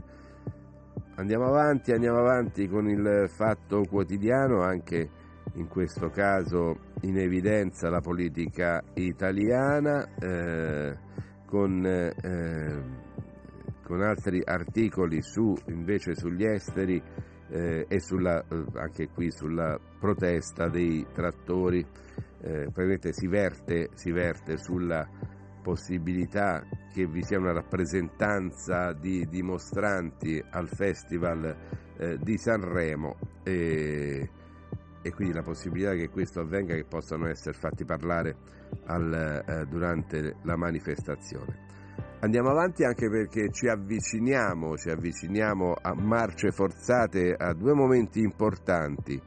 Andiamo avanti, andiamo avanti con il Fatto Quotidiano, anche in questo caso in evidenza la politica italiana, eh, con, eh, con altri articoli su invece sugli esteri eh, e sulla, anche qui sulla protesta dei trattori. Eh, praticamente si verte, si verte sulla possibilità che vi sia una rappresentanza di dimostranti al Festival eh, di Sanremo, e e quindi la possibilità che questo avvenga, che possano essere fatti parlare al, eh, durante la manifestazione. Andiamo avanti anche perché ci avviciniamo, ci avviciniamo a marce forzate a due momenti importanti,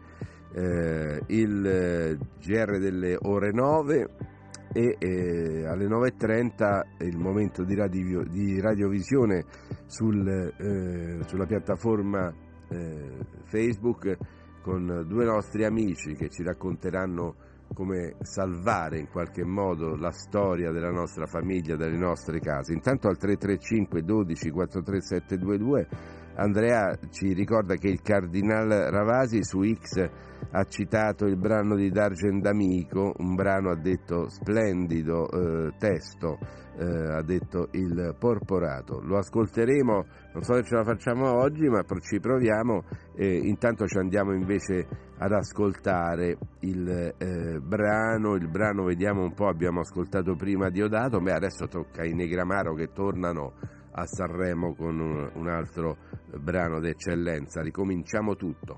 eh, il eh, G R delle ore nove e eh, alle nove e trenta il momento di, radio, di radiovisione sul, eh, sulla piattaforma eh, Facebook con due nostri amici che ci racconteranno come salvare in qualche modo la storia della nostra famiglia, delle nostre case. Intanto al tre tre cinque dodici quarantatré settecentoventidue Andrea ci ricorda che il Cardinal Ravasi su X ha citato il brano di Dargen D'Amico, un brano, ha detto, splendido eh, testo, eh, ha detto il Porporato. Lo ascolteremo, non so se ce la facciamo oggi, ma ci proviamo. Eh, intanto ci andiamo invece ad ascoltare il eh, brano, il brano vediamo un po', abbiamo ascoltato prima Diodato, ma adesso tocca ai Negramaro che tornano a Sanremo con un, un altro brano d'eccellenza. Ricominciamo tutto.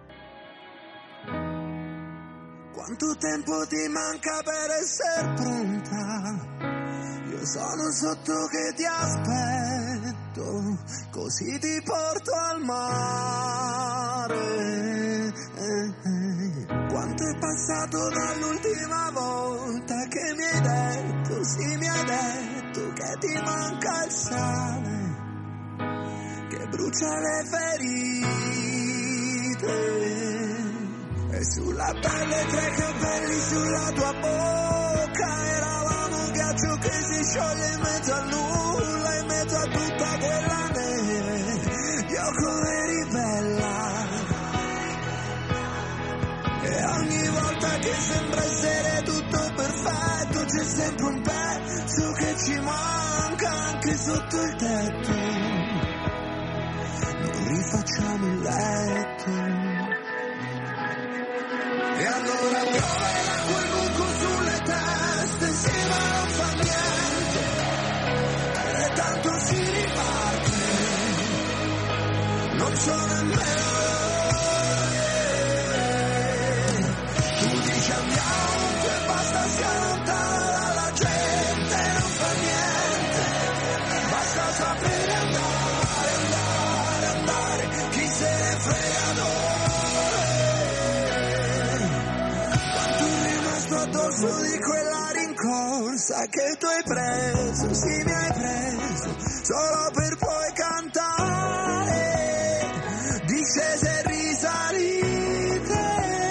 Quanto tempo ti manca per essere pronta? Io sono sotto che ti aspetto, così ti porto al mare. Eh, eh. Quanto è passato dall'ultima volta che mi hai detto, sì mi hai detto che ti manca il sale, che brucia le ferite. E sulla pelle tre capelli sulla tua bocca, eravamo un ghiaccio che si scioglie in mezzo a nulla, in mezzo a tutta quella neve. Io come eri bella, e ogni volta che sembra essere tutto perfetto c'è sempre un pezzo che ci manca anche sotto il tetto. Non rifacciamo il letto. E allora piove quel buco sulle teste, sì ma non fa niente, e tanto si riparte, non so nemmeno dove. Tu dici andiamo che basta sia lontana dalla gente, non fa niente, basta sapere andare, andare, andare, chi se ne frega dove. Addosso di quella rincorsa che tu hai preso, sì mi hai preso, solo per poi cantare discese e risalite,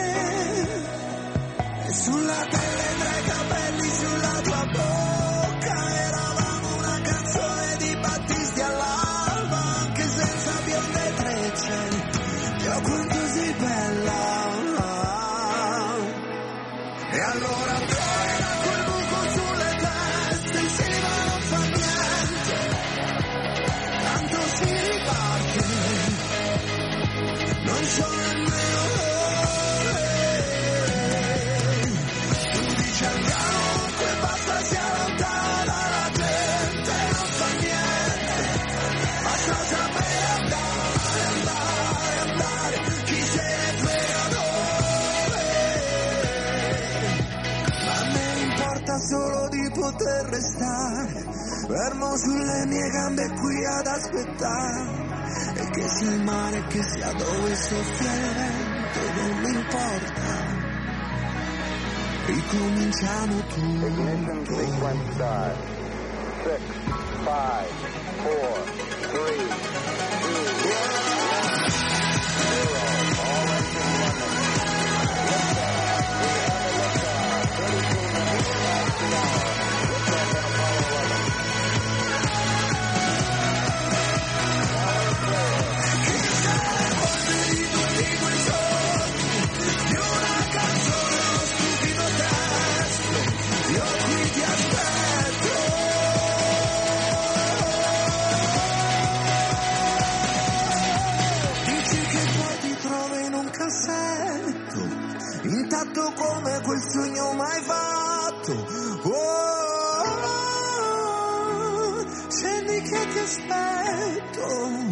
e sulla pelle tra i capelli sulla tua bocca, eravamo una canzone di Battisti all'alba, anche senza bionde trecce, io quanto sei bella. E allora piove quel buco sulle teste, sì ma non fa niente, tanto si riparte, non so nemmeno dove. Tu dici andiamo che basta sia lontana dalla gente, non fa niente, basta sapere andare, andare, andare, chi se ne frega dove. Solo di poter restare fermo sulle mie gambe qui ad aspettare, e che sia il mare, che sia dove soffia il vento, non mi importa, ricominciamo tutto. six, five, four, three, two, zero. All engine running. Intatto come quel sogno mai fatto. Oh, oh, oh, scendi che ti aspetto,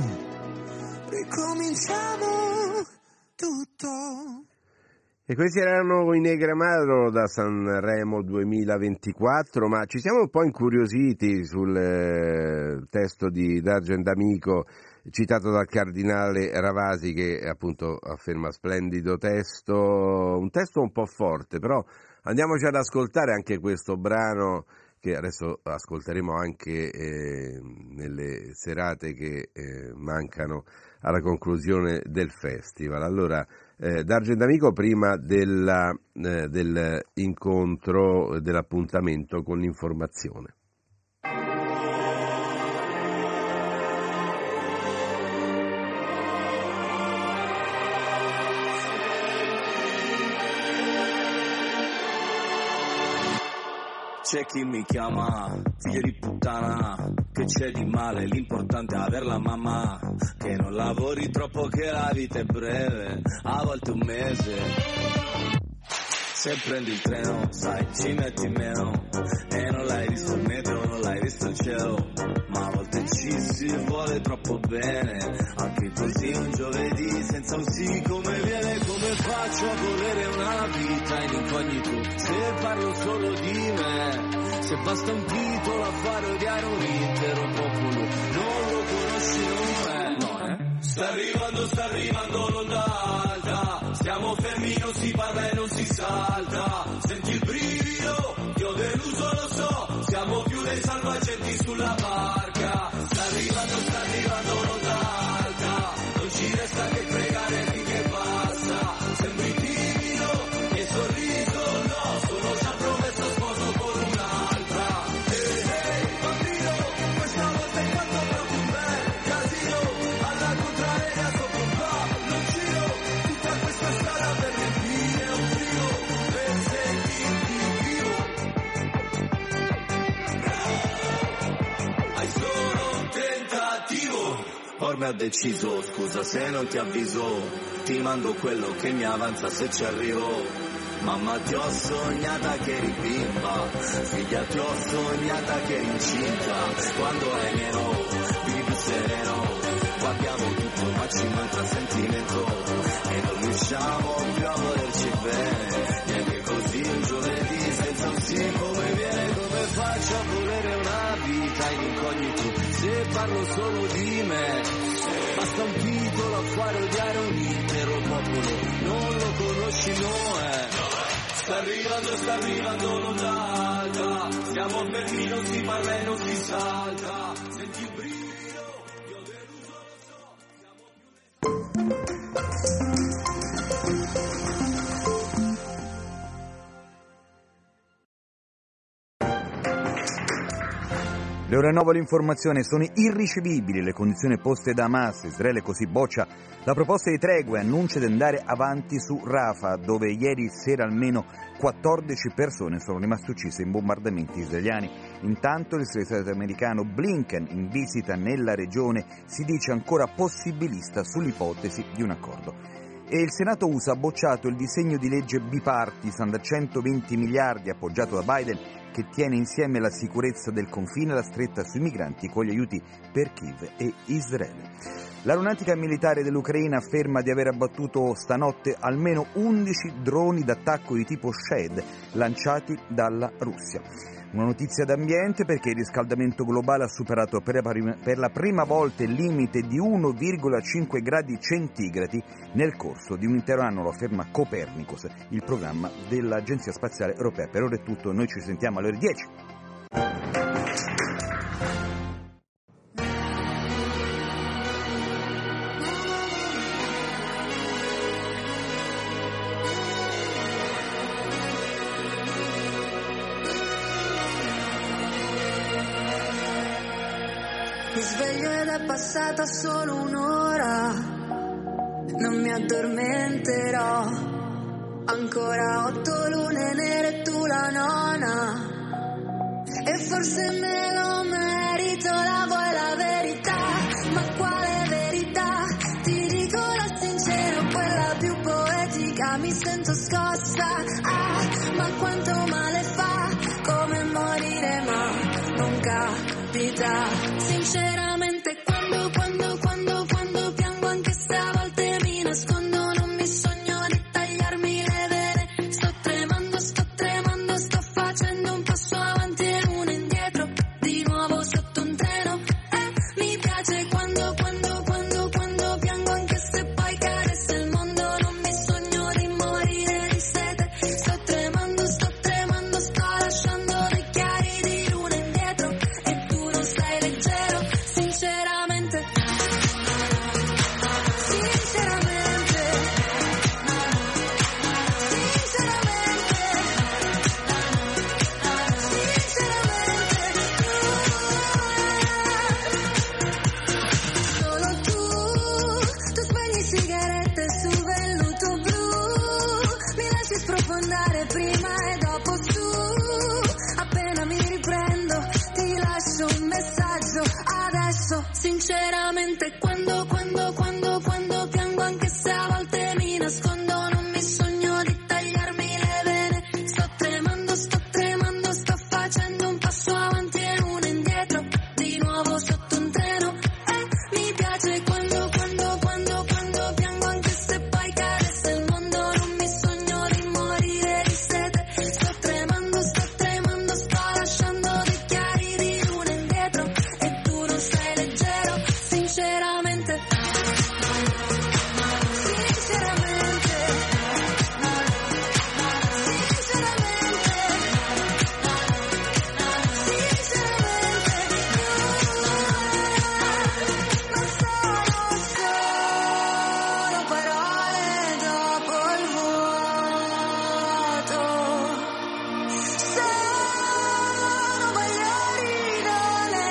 ricominciamo tutto. E questi erano i Negramaro da Sanremo duemilaventiquattro, ma ci siamo un po' incuriositi sul eh, testo di Dargen D'Amico citato dal Cardinale Ravasi, che appunto afferma splendido testo, un testo un po' forte, però andiamoci ad ascoltare anche questo brano che adesso ascolteremo anche eh, nelle serate che eh, mancano alla conclusione del festival. Allora, eh, D'Argent Amico, prima della, eh, dell'incontro, dell'appuntamento con l'informazione. C'è chi mi chiama, figlio di puttana, che c'è di male, l'importante è averla mamma, che non lavori troppo, che la vita è breve, a volte un mese. Se prendi il treno, sai, ci metti meno, e non l'hai visto il metro, non l'hai visto il cielo, ma a volte ci si vuole troppo bene, anche così un giovedì senza un sì come viene, come faccio a volere una vita in incognito, se parlo solo di me, se basta un titolo a fare odiare un intero popolo, non lo conosci, non è, no, eh? Sta arrivando, sta arrivando l'onda alta, stiamo fermi, non si parla e non si salta, senti il brivido, ti ho deluso lo so, siamo più dei salvagenti sulla barca, sta arrivando, sta arrivando l'onda alta, non ci resta che pregare finché passa, sembri timido e sorriso, no, sono già promesso sposo con un'altra, ehi, ehi, bambino, questa volta hai fatto proprio un bel casino, alla contraria sopra un po', non giro, tutta questa strada per riempire un frigo, per sentirti vivo, hai solo un tentativo, ormai ho deciso, scusa se non ti avviso, ti mando quello che mi avanza se ci arrivo. Mamma ti ho sognata che eri bimba, figlia ti ho sognata che eri incinta, quando è nero, vivi più sereno, qua abbiamo tutto ma ci manca sentimento, e non riusciamo più a volerci bene, neanche così un giovedì senza un sì come viene, come faccio a volere una vita in incognito, se parlo solo di me, basta un titolo a fare odiare un intero popolo, non lo conosci, no è. Sta arrivando, sta arrivando l'onda alta, siamo fermi, non si parla e non si salta, senti il brivido, io deluso lo so, siamo Le ore nove l'informazione, sono irricevibili le condizioni poste da Hamas, Israele così boccia la proposta di tregua e annuncia di andare avanti su Rafah, dove ieri sera almeno quattordici persone sono rimaste uccise in bombardamenti israeliani. Intanto il segretario americano Blinken, in visita nella regione, si dice ancora possibilista sull'ipotesi di un accordo. E il Senato U S A ha bocciato il disegno di legge bipartisan da centoventi miliardi appoggiato da Biden, che tiene insieme la sicurezza del confine e la stretta sui migranti con gli aiuti per Kiev e Israele. L'aeronautica militare dell'Ucraina afferma di aver abbattuto stanotte almeno undici droni d'attacco di tipo Shahed lanciati dalla Russia. Una notizia d'ambiente perché il riscaldamento globale ha superato per la prima volta il limite di uno virgola cinque gradi centigradi nel corso di un intero anno, lo afferma Copernicus, il programma dell'Agenzia Spaziale Europea. Per ora è tutto, noi ci sentiamo alle ore dieci. Mi sveglio ed è passata solo un'ora, non mi addormenterò, ancora otto lune nere e tu la nona, e forse me lo merito, la vuoi la verità, ma quale verità? Ti dico la sincera, quella più poetica, mi sento scossa, ah, ma quanto male fa, come morire ma non capita, sinceramente quando, quando, quando, quando piango anche stavolta mi nascondo, non mi sogno di tagliarmi le vene, sto tremando, sto tremando, sto facendo un passo avanti e uno indietro, di nuovo sotto un treno, e mi piace quando, quando, quando, quando piango anche se poi cadesse il mondo, non mi sogno di morire di sete, sto tremando, sto tremando, sto lasciando dei chiari di luce. sinceramente quando, quando, quando, quando piango, anche se a volte mi nascondo, non mi sogno di tagliarmi le vene. Sto tremando, sto tremando, sto facendo un passo avanti e uno indietro, di nuovo sotto un treno. E mi piace quando, quando, quando, quando piango, anche se poi cadesse il mondo, non mi sogno di morire di sete. Sto tremando, sto tremando, sto lasciando bicchieri di luna indietro e tu non sei leggero, sinceramente. Sinceramente, solo parole dopo il vuoto, sono bagliori d'ole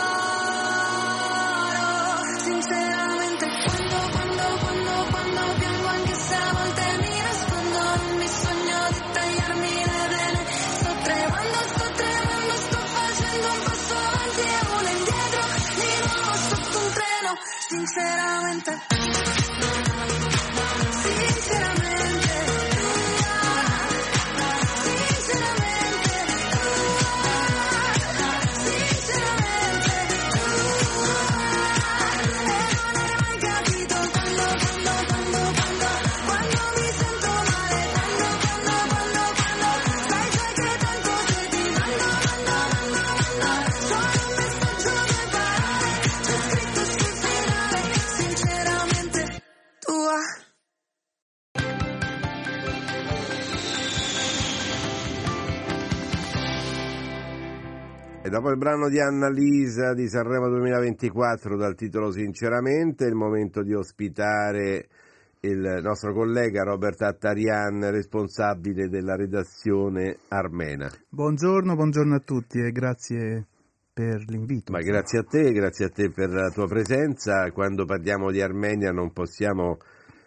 oro. Sinceramente quando, quando, quando, quando piango, anche se a volte mi nascondo, non mi sogno di tagliarmi le vene. Sto tremando, sto tremando, sto facendo un passo avanti e uno indietro, di nuovo sotto un treno, sinceramente. Sinceramente, sinceramente, sinceramente, e non hai mai capito quando, quando, quando, quando, quando mi sento male, quando, quando, quando, quando, sai già che tanto se ti mando, mando, mando, mando, sono un messaggio di parole, c'è scritto sul finale, sinceramente tua. E dopo il brano di Annalisa di Sanremo duemilaventiquattro dal titolo Sinceramente, è il momento di ospitare il nostro collega Robert Attarian, responsabile della redazione armena. Buongiorno, buongiorno a tutti e grazie per l'invito. Ma grazie a te, grazie a te per la tua presenza. Quando parliamo di Armenia non possiamo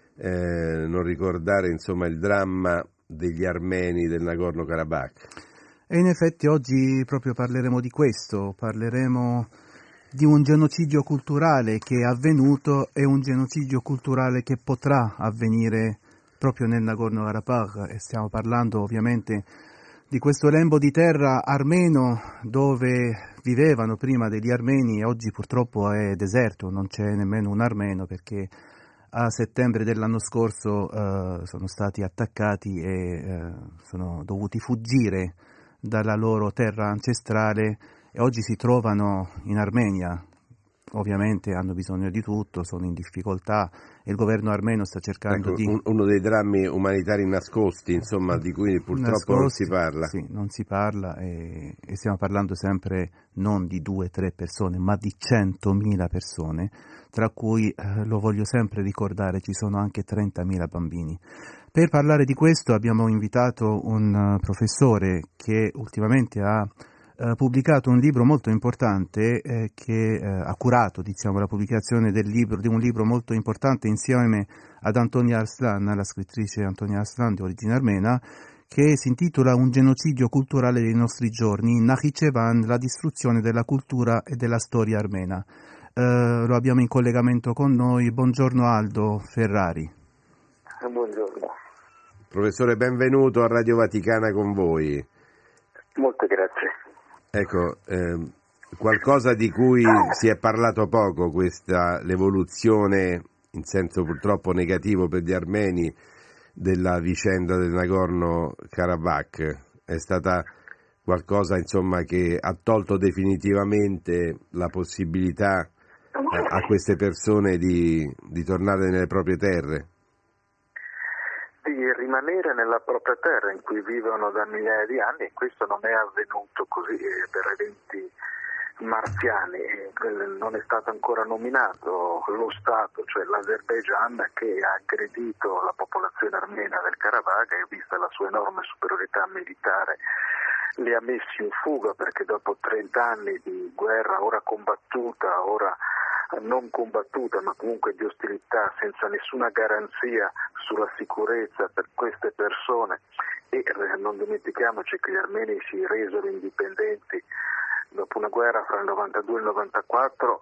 eh, non ricordare insomma il dramma degli armeni del Nagorno-Karabakh. E in effetti oggi proprio parleremo di questo, parleremo di un genocidio culturale che è avvenuto e un genocidio culturale che potrà avvenire proprio nel Nagorno-Karabakh, e stiamo parlando ovviamente di questo lembo di terra armeno dove vivevano prima degli armeni e oggi purtroppo è deserto, non c'è nemmeno un armeno perché a settembre dell'anno scorso eh, sono stati attaccati e eh, sono dovuti fuggire dalla loro terra ancestrale e oggi si trovano in Armenia. Ovviamente hanno bisogno di tutto, sono in difficoltà e il governo armeno sta cercando ecco, di... Un, uno dei drammi umanitari nascosti, insomma, di cui purtroppo nascosti, non si parla. Sì, non si parla e, e stiamo parlando sempre non di due, tre persone, ma di centomila persone, tra cui, eh, lo voglio sempre ricordare, ci sono anche trentamila bambini. Per parlare di questo abbiamo invitato un uh, professore che ultimamente ha uh, pubblicato un libro molto importante, eh, che uh, ha curato diciamo, la pubblicazione del libro, di un libro molto importante insieme ad Antonia Arslan, la scrittrice Antonia Arslan di origine armena, che si intitola Un genocidio culturale dei nostri giorni, Nakhichevan, la distruzione della cultura e della storia armena. Uh, lo abbiamo in collegamento con noi. Buongiorno Aldo Ferrari. Buongiorno. Professore, benvenuto a Radio Vaticana con voi. Molte grazie. Ecco, ehm, qualcosa di cui si è parlato poco, questa l'evoluzione in senso purtroppo negativo per gli armeni della vicenda del Nagorno-Karabakh, è stata qualcosa insomma che ha tolto definitivamente la possibilità eh, a queste persone di, di tornare nelle proprie terre. Di rimanere nella propria terra in cui vivono da migliaia di anni, e questo non è avvenuto così eh, per eventi marziani, eh, non è stato ancora nominato lo Stato, cioè l'Azerbaigian, che ha aggredito la popolazione armena del Karabakh e vista la sua enorme superiorità militare li ha messi in fuga, perché dopo trenta anni di guerra, ora combattuta, ora non combattuta, ma comunque di ostilità, senza nessuna garanzia sulla sicurezza per queste persone, e non dimentichiamoci che gli armeni si resero indipendenti dopo una guerra fra il novantadue e il novantaquattro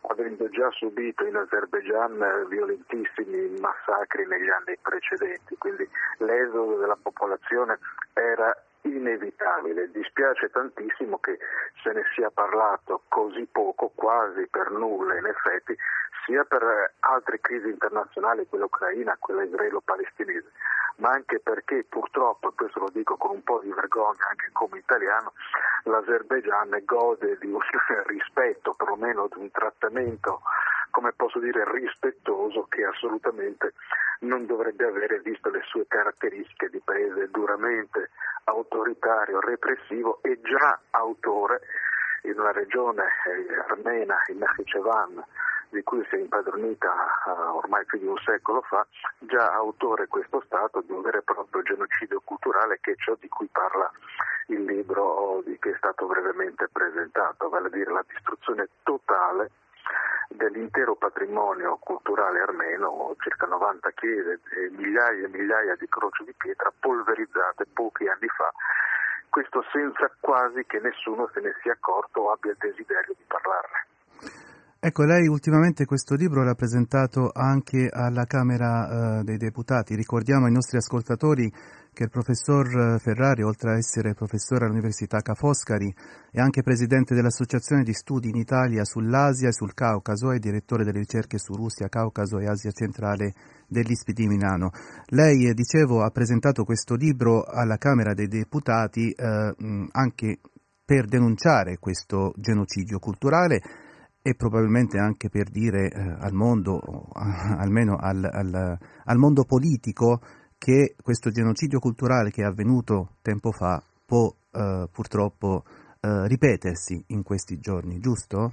avendo già subito in Azerbaigian violentissimi massacri negli anni precedenti, quindi l'esodo della popolazione era inevitabile. Dispiace tantissimo che se ne sia parlato così poco, quasi per nulla in effetti, sia per altre crisi internazionali, quella ucraina, quella israelo-palestinese, ma anche perché purtroppo, e questo lo dico con un po' di vergogna anche come italiano, l'Azerbaigian gode di un rispetto, perlomeno di un trattamento, come posso dire, rispettoso, che assolutamente non dovrebbe avere, visto le sue caratteristiche di paese duramente autoritario, repressivo e già autore in una regione eh, armena, il Nakhchivan, di cui si è impadronita uh, ormai più di un secolo fa, già autore questo Stato di un vero e proprio genocidio culturale, che è ciò di cui parla il libro di, che è stato brevemente presentato, vale a dire la distruzione totale dell'intero patrimonio culturale armeno, circa novanta chiese e migliaia e migliaia di croci di pietra polverizzate pochi anni fa, questo senza quasi che nessuno se ne sia accorto o abbia il desiderio di parlarne. Ecco, lei ultimamente questo libro l'ha presentato anche alla Camera eh, dei Deputati. Ricordiamo ai nostri ascoltatori che il professor Ferrari, oltre a essere professore all'Università Ca' Foscari, è anche presidente dell'Associazione di Studi in Italia sull'Asia e sul Caucaso e direttore delle ricerche su Russia, Caucaso e Asia centrale dell'I S P I di Milano. Lei, dicevo, ha presentato questo libro alla Camera dei Deputati eh, anche per denunciare questo genocidio culturale e probabilmente anche per dire eh, al mondo, almeno al, al, al mondo politico, che questo genocidio culturale che è avvenuto tempo fa può eh, purtroppo eh, ripetersi in questi giorni, giusto?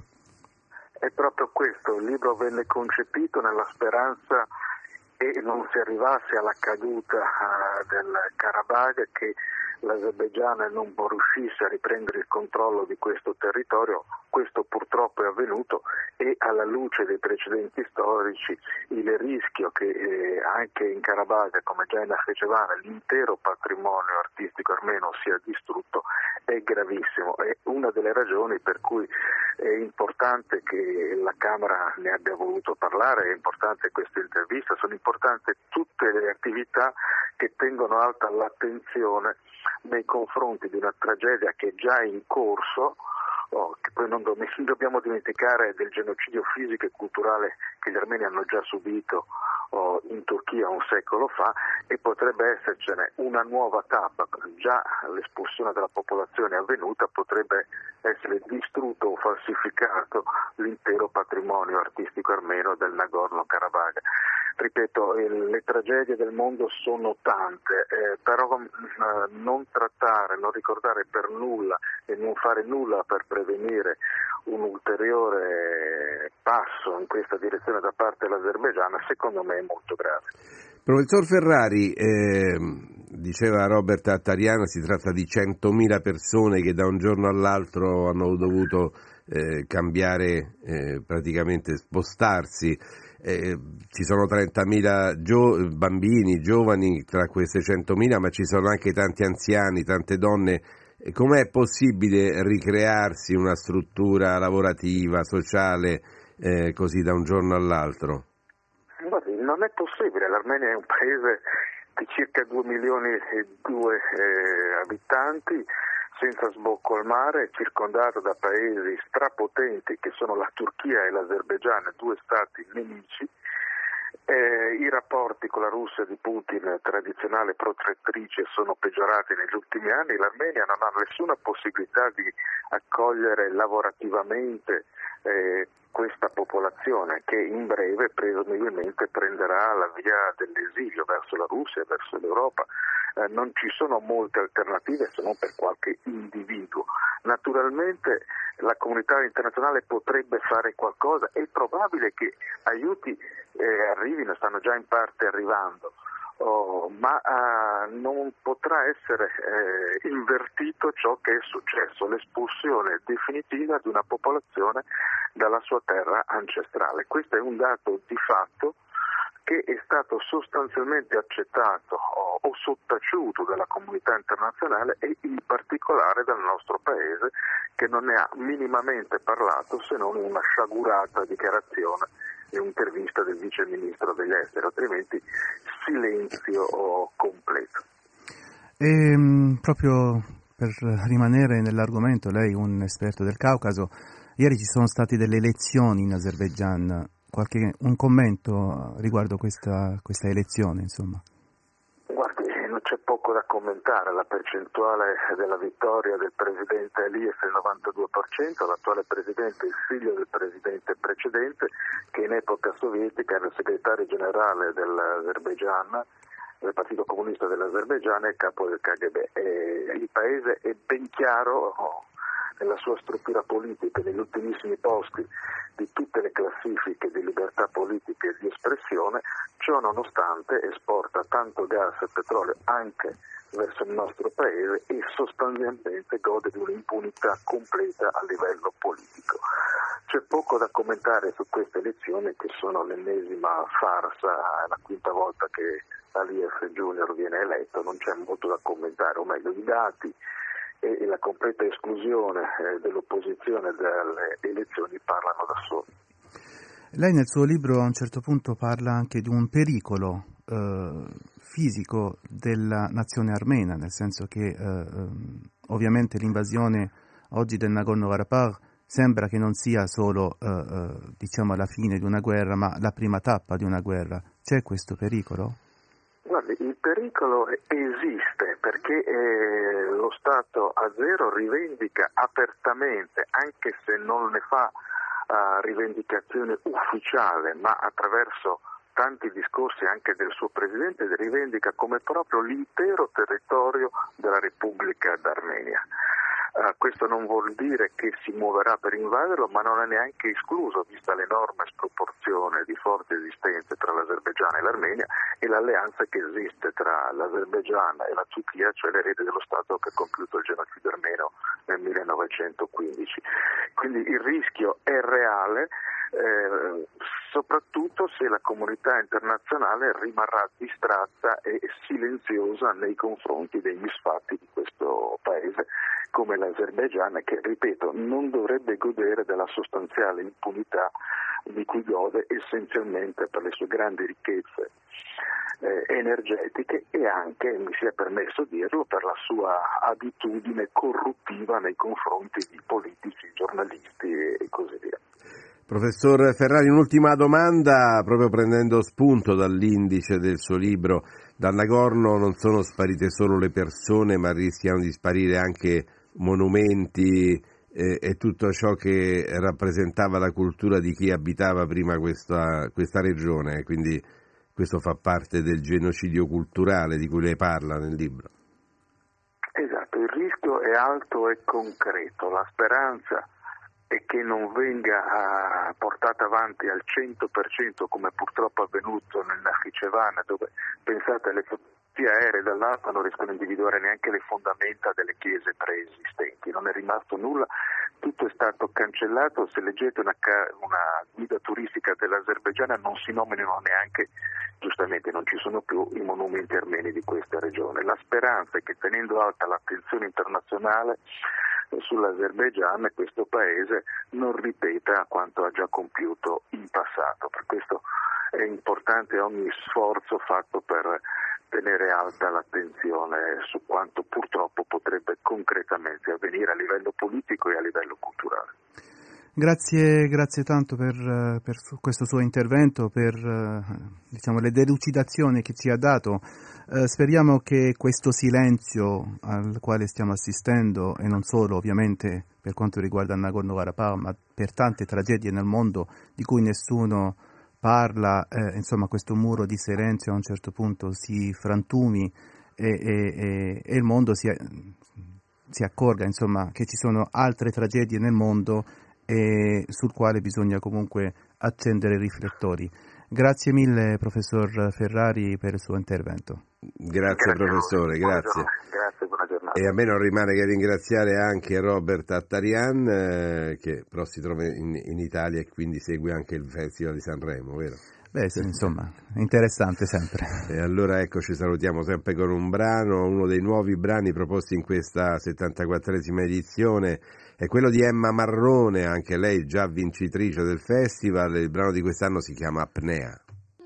È proprio questo, il libro venne concepito nella speranza che non si arrivasse alla caduta uh, del Karabakh, che l'Azerbaigian non riuscisse a riprendere il controllo di questo territorio. Questo purtroppo è avvenuto e alla luce dei precedenti storici il rischio che eh, anche in Karabakh, come già in Nakhchivan, l'intero patrimonio artistico armeno sia distrutto è gravissimo. È una delle ragioni per cui è importante che la Camera ne abbia voluto parlare, è importante questa intervista, sono importanti tutte le attività che tengono alta l'attenzione nei confronti di una tragedia che è già in corso, oh, che poi non do- dobbiamo dimenticare del genocidio fisico e culturale che gli armeni hanno già subito oh, in Turchia un secolo fa, e potrebbe essercene una nuova tappa. Già l'espulsione della popolazione è avvenuta, potrebbe essere distrutto o falsificato l'intero patrimonio artistico armeno del Nagorno-Karabakh. Ripeto, eh, le tragedie del mondo sono tante, eh, però eh, non trattare, non ricordare per nulla e non fare nulla per prevenire un ulteriore passo in questa direzione da parte dell'Azerbaigian, secondo me è molto grave. Professor Ferrari, eh, diceva Robert Attariano, si tratta di centomila persone che da un giorno all'altro hanno dovuto eh, cambiare, eh, praticamente spostarsi. Eh, ci sono trentamila gio- bambini, giovani tra queste centomila, ma ci sono anche tanti anziani, tante donne. E com'è possibile ricrearsi una struttura lavorativa, sociale, eh, così da un giorno all'altro? Guardi, non è possibile. L'Armenia è un paese di circa due milioni e due eh, abitanti, senza sbocco al mare, circondato da paesi strapotenti che sono la Turchia e l'Azerbaigian, due stati nemici. Eh, I rapporti con la Russia di Putin, tradizionale protettrice, sono peggiorati negli ultimi anni. L'Armenia non ha nessuna possibilità di accogliere lavorativamente eh, questa popolazione, che in breve presumibilmente prenderà la via dell'esilio verso la Russia, verso l'Europa. Eh, non ci sono molte alternative se non per qualche individuo. Naturalmente la comunità internazionale potrebbe fare qualcosa, è probabile che aiuti eh, arrivino, stanno già in parte arrivando, oh, ma eh, non potrà essere eh, invertito ciò che è successo, l'espulsione definitiva di una popolazione dalla sua terra ancestrale. Questo è un dato di fatto che è stato sostanzialmente accettato o, o sottaciuto dalla comunità internazionale e in particolare dal nostro Paese, che non ne ha minimamente parlato se non in una sciagurata dichiarazione in un'intervista del vice ministro degli esteri, altrimenti silenzio completo. E, proprio per rimanere nell'argomento, lei è un esperto del Caucaso, ieri ci sono state delle elezioni in Azerbaigian, qualche, un commento riguardo questa, questa elezione, insomma? Guardi, non c'è poco da commentare, la percentuale della vittoria del presidente Aliyev è il novantadue per cento, l'attuale presidente è il figlio del presidente precedente, che in epoca sovietica era il segretario generale dell'Azerbaigian, del Partito Comunista dell'Azerbaigian e il capo del K G B. E il paese è ben chiaro nella sua struttura politica, negli ultimissimi posti di tutte le classifiche di libertà politica e di espressione, ciò nonostante esporta tanto gas e petrolio anche verso il nostro paese e sostanzialmente gode di un'impunità completa a livello politico. C'è poco da commentare su queste elezioni, che sono l'ennesima farsa, è la quinta volta che Aliyev Junior viene eletto, non c'è molto da commentare, o meglio i dati e la completa esclusione eh, dell'opposizione dalle elezioni parlano da soli. Lei nel suo libro a un certo punto parla anche di un pericolo eh, fisico della nazione armena, nel senso che eh, ovviamente l'invasione oggi del Nagorno-Karabakh sembra che non sia solo eh, eh, diciamo la fine di una guerra, ma la prima tappa di una guerra. C'è questo pericolo? Guardi, il pericolo esiste perché eh, lo Stato azero rivendica apertamente, anche se non ne fa uh, rivendicazione ufficiale, ma attraverso tanti discorsi anche del suo presidente, rivendica come proprio l'intero territorio della Repubblica d'Armenia. Uh, questo non vuol dire che si muoverà per invaderlo, ma non è neanche escluso, vista l'enorme sproporzione di forze esistenze tra l'Azerbaigian e l'Armenia e l'alleanza che esiste tra l'Azerbaigian e la Turchia, cioè l'erede dello Stato che ha compiuto il genocidio armeno nel millenovecentoquindici. Quindi il rischio è reale, eh, soprattutto se la comunità internazionale rimarrà distratta e silenziosa nei confronti dei misfatti di questo paese, come l'Azerbaigian, che, ripeto, non dovrebbe godere della sostanziale impunità di cui gode essenzialmente per le sue grandi ricchezze eh, energetiche e anche, mi sia permesso dirlo, per la sua abitudine corruttiva nei confronti di politici, giornalisti e così via. Professor Ferrari, un'ultima domanda, proprio prendendo spunto dall'indice del suo libro. Dal Nagorno non sono sparite solo le persone, ma rischiano di sparire anche monumenti eh, e tutto ciò che rappresentava la cultura di chi abitava prima questa, questa regione, quindi questo fa parte del genocidio culturale di cui lei parla nel libro. Esatto, il rischio è alto e concreto, la speranza è che non venga uh, portata avanti al cento per cento come purtroppo è avvenuto nel Nakhchivan, dove pensate alle fotografie aeree dall'alto non riescono a individuare neanche le fondamenta delle chiese preesistenti, non è rimasto nulla, tutto è stato cancellato. Se leggete una, una guida turistica dell'Azerbaigian non si nominano neanche, giustamente non ci sono più i monumenti armeni di questa regione. La speranza è che, tenendo alta l'attenzione internazionale sull'Azerbaigian, questo paese non ripeta quanto ha già compiuto in passato. Per questo è importante ogni sforzo fatto per tenere alta l'attenzione su quanto purtroppo potrebbe concretamente avvenire a livello politico e a livello culturale. Grazie, grazie tanto per, per questo suo intervento, per diciamo, le delucidazioni che ci ha dato. Eh, speriamo che questo silenzio al quale stiamo assistendo, e non solo ovviamente per quanto riguarda il Nagorno-Karabakh, ma per tante tragedie nel mondo di cui nessuno parla, eh, insomma questo muro di silenzio a un certo punto si frantumi e, e, e il mondo si, si accorga insomma che ci sono altre tragedie nel mondo e sul quale bisogna comunque accendere i riflettori. Grazie mille professor Ferrari per il suo intervento. Grazie, grazie professore, grazie. Grazie, buona giornata. E a me non rimane che ringraziare anche Robert Attarian eh, che però si trova in, in Italia e quindi segue anche il Festival di Sanremo, vero? Beh sì, insomma, interessante sempre. E allora ecco, ci salutiamo sempre con un brano, uno dei nuovi brani proposti in questa settantaquattresima edizione è quello di Emma Marrone, anche lei già vincitrice del festival. Il brano di quest'anno si chiama Apnea.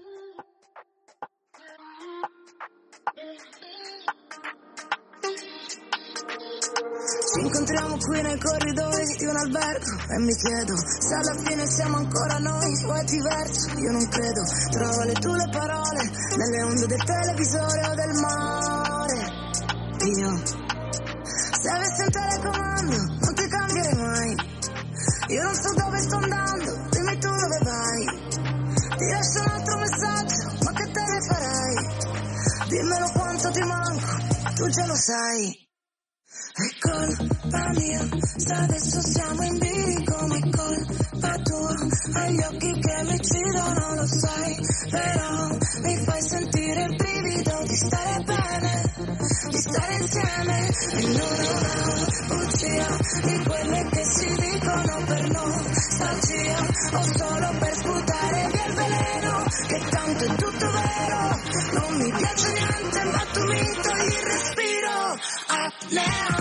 Ci incontriamo qui nei corridoi di un albergo e mi chiedo se alla fine siamo ancora noi o è diverso, io non credo. Trovo le tue parole nelle onde del televisore o del mare. Io, se avessi un telecomando non ti cambierei mai. Io non so dove sto andando, dimmi tu dove vai. Ti lascio un altro messaggio, ma che te ne farai? Dimmelo quanto ti manco, tu già lo sai. È colpa mia, se adesso siamo in bilico, ma è colpa tua. Hai gli occhi che mi uccidono, lo sai, però mi fai sentire il brivido di stare bene, di stare insieme. E non è una bugia di quelle che si dicono per nostalgia, o solo per sputare via il veleno, che tanto è tutto vero. Non mi piace niente, ma tu mi togli il respiro. Apnea.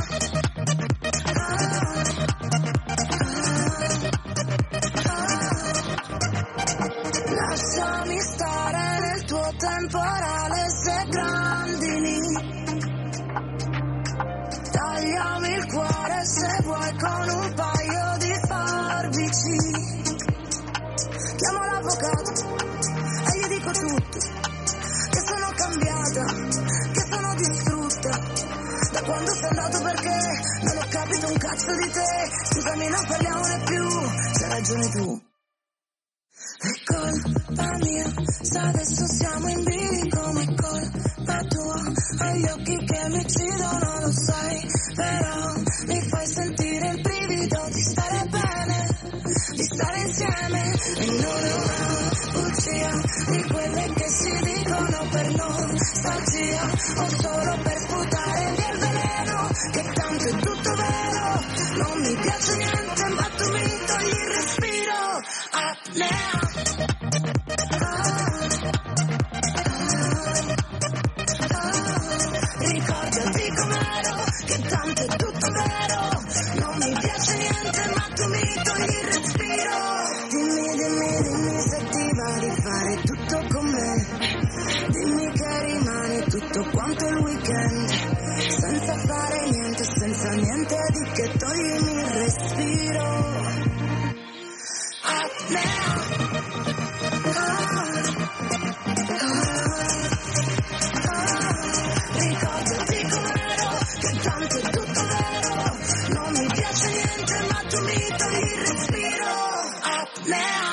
Lasciami stare nel tuo temporale se grandini. Tagliami il cuore se vuoi con un paio di forbici. Chiamo l'avvocato e gli dico tutto, che sono cambiata, che sono distrutta da quando sei andato, perché non ho capito un cazzo di te. Scusami, non parliamone più, c'hai ragione tu. È colpa mia, se adesso siamo in bilico, ma è colpa tua. Hai gli occhi che mi uccidono, lo sai, però mi fai sentire il brivido di stare bene, di stare insieme. E non è una bugia di quelle che si dicono per nostalgia, o solo per sputare via il veleno, che tanto è tutto vero. Non mi piace niente, ma tu mi togli il respiro. Apnea. Ricordati com'ero, che tanto è tutto vero. Non mi piace niente, ma tu mi togli il respiro. Dimmi, dimmi, dimmi se ti va di fare tutto con me. Dimmi che rimani tutto quanto il weekend, senza fare niente, senza niente di che toglimi il respiro. Apnea. Ricordati com'ero, che tanto è tutto vero. Non mi piace niente, ma tu mi togli il respiro. Apnea.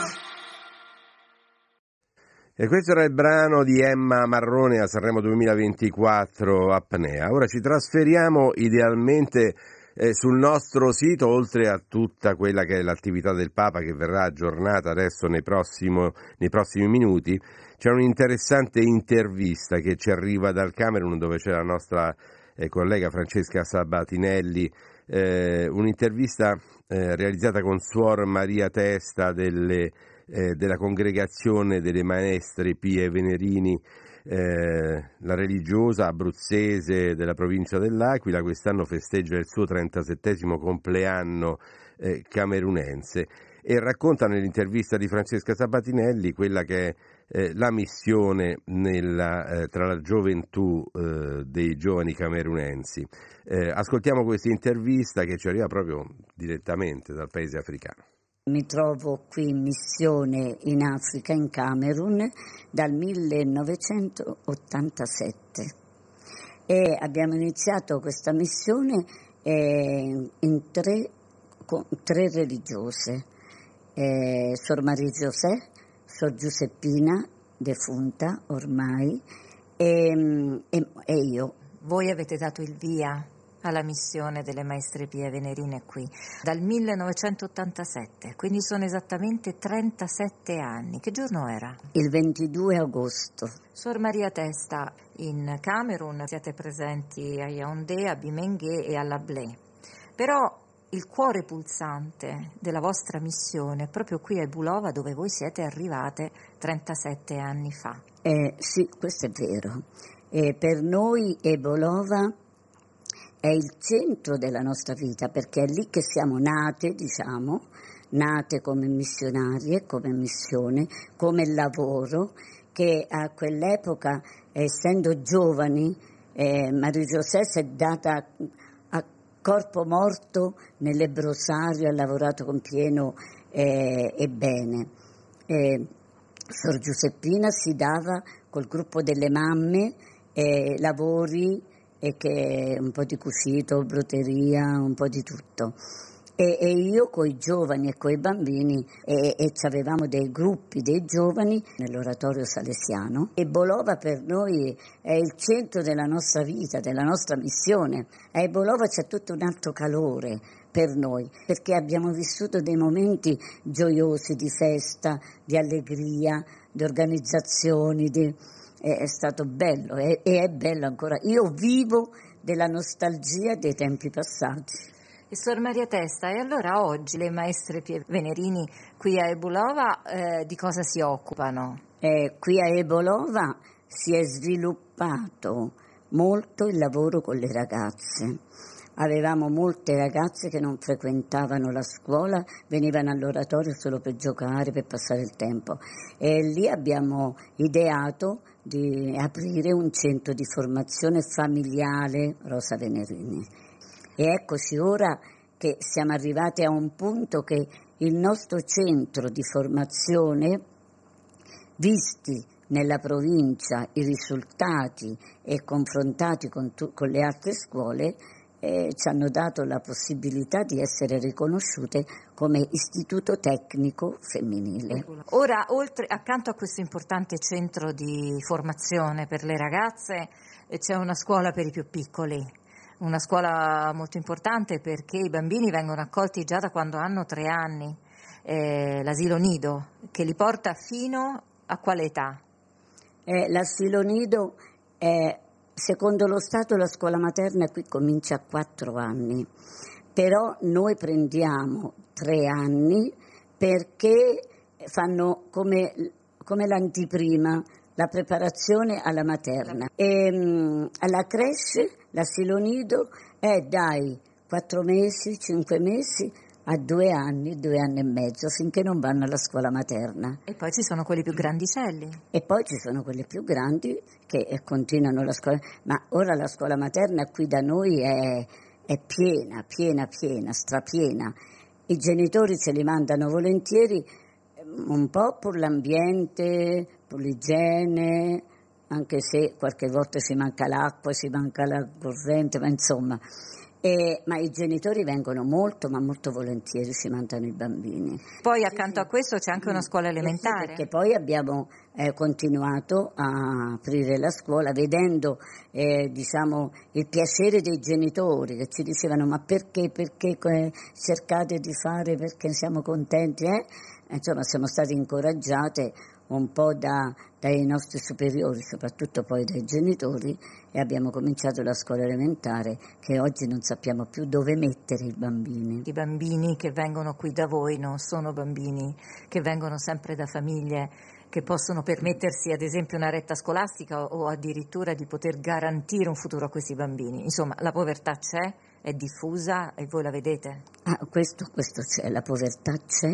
E questo era il brano di Emma Marrone a Sanremo duemilaventiquattro, Apnea. Ora ci trasferiamo idealmente eh, sul nostro sito, oltre a tutta quella che è l'attività del Papa che verrà aggiornata adesso nei, prossimo, nei prossimi minuti. C'è un'interessante intervista che ci arriva dal Camerun, dove c'è la nostra eh, collega Francesca Sabatinelli, eh, un'intervista eh, realizzata con Suor Maria Testa delle, eh, della Congregazione delle Maestre Pie Venerini, eh, la religiosa abruzzese della provincia dell'Aquila. Quest'anno festeggia il suo trentasettesimo compleanno eh, camerunense, e racconta nell'intervista di Francesca Sabatinelli quella che è eh, la missione nella, eh, tra la gioventù eh, dei giovani camerunensi. Eh, ascoltiamo questa intervista che ci arriva proprio direttamente dal paese africano. Mi trovo qui in missione in Africa, in Camerun, dal millenovecentottantasette, e abbiamo iniziato questa missione eh, in tre, con, tre religiose. Eh, Sor Maria José, Sor Giuseppina, defunta ormai, e, e, e io. Voi avete dato il via alla missione delle Maestre Pie Venerine qui dal millenovecentottantasette, quindi sono esattamente trentasette anni. Che giorno era? Il ventidue agosto. Sor Maria Testa, in Camerun siete presenti a Yaoundé, a Bimenghe e a Lablé, però il cuore pulsante della vostra missione proprio qui a Ebulova, dove voi siete arrivate trentasette anni fa. Eh, sì, questo è vero. Eh, per noi Ebulova è il centro della nostra vita, perché è lì che siamo nate, diciamo, nate come missionarie, come missione, come lavoro, che a quell'epoca, essendo giovani, eh, Maria José si è data a corpo morto nel lebbrosario, ha lavorato con pieno eh, e bene. Eh, Sor Giuseppina si dava col gruppo delle mamme eh, lavori e che un po' di cucito, broderia, un po' di tutto. E, e io con i giovani e con i bambini e, e avevamo dei gruppi dei giovani nell'oratorio salesiano. E Ebulova per noi è il centro della nostra vita, della nostra missione. A Ebulova c'è tutto un altro calore per noi, perché abbiamo vissuto dei momenti gioiosi di festa, di allegria, di organizzazioni, di, è, è stato bello e è, è bello ancora. Io vivo della nostalgia dei tempi passati. E Sor Maria Testa, e allora oggi le maestre Pie Venerini qui a Ebulova eh, di cosa si occupano? Eh, qui a Ebulova si è sviluppato molto il lavoro con le ragazze. Avevamo molte ragazze che non frequentavano la scuola, venivano all'oratorio solo per giocare, per passare il tempo. E lì abbiamo ideato di aprire un centro di formazione familiare Rosa Venerini. E eccoci ora che siamo arrivati a un punto che il nostro centro di formazione, visti nella provincia i risultati e confrontati con, tu, con le altre scuole, eh, ci hanno dato la possibilità di essere riconosciute come istituto tecnico femminile. Ora, oltre, accanto a questo importante centro di formazione per le ragazze, eh, c'è una scuola per i più piccoli. Una scuola molto importante perché i bambini vengono accolti già da quando hanno tre anni, eh, l'asilo nido, che li porta fino a quale età? Eh, l'asilo nido, è, secondo lo Stato, la scuola materna qui comincia a quattro anni, però noi prendiamo tre anni perché fanno come, come l'antiprima, la preparazione alla materna. E, mh, alla creche, l'asilo nido è dai quattro mesi, cinque mesi a due anni, due anni e mezzo, finché non vanno alla scuola materna. E poi ci sono quelli più grandicelli. E poi ci sono quelli più grandi che continuano la scuola, ma ora la scuola materna qui da noi è, è piena, piena, piena, strapiena. I genitori ce li mandano volentieri, un po' per l'ambiente, per l'igiene, anche se qualche volta si manca l'acqua, si manca la corrente, ma insomma, eh, ma i genitori vengono molto, ma molto volentieri, ci mandano i bambini. Poi accanto a questo c'è anche una scuola elementare. Eh sì, perché poi abbiamo eh, continuato a aprire la scuola vedendo eh, diciamo, il piacere dei genitori che ci dicevano ma perché, perché eh, cercate di fare perché siamo contenti, eh? Insomma siamo state incoraggiate un po' da, dai nostri superiori, soprattutto poi dai genitori, e abbiamo cominciato la scuola elementare che oggi non sappiamo più dove mettere i bambini. I bambini che vengono qui da voi non sono bambini che vengono sempre da famiglie che possono permettersi ad esempio una retta scolastica o addirittura di poter garantire un futuro a questi bambini. Insomma, la povertà c'è, è diffusa e voi la vedete? Ah, questo, questo c'è, la povertà c'è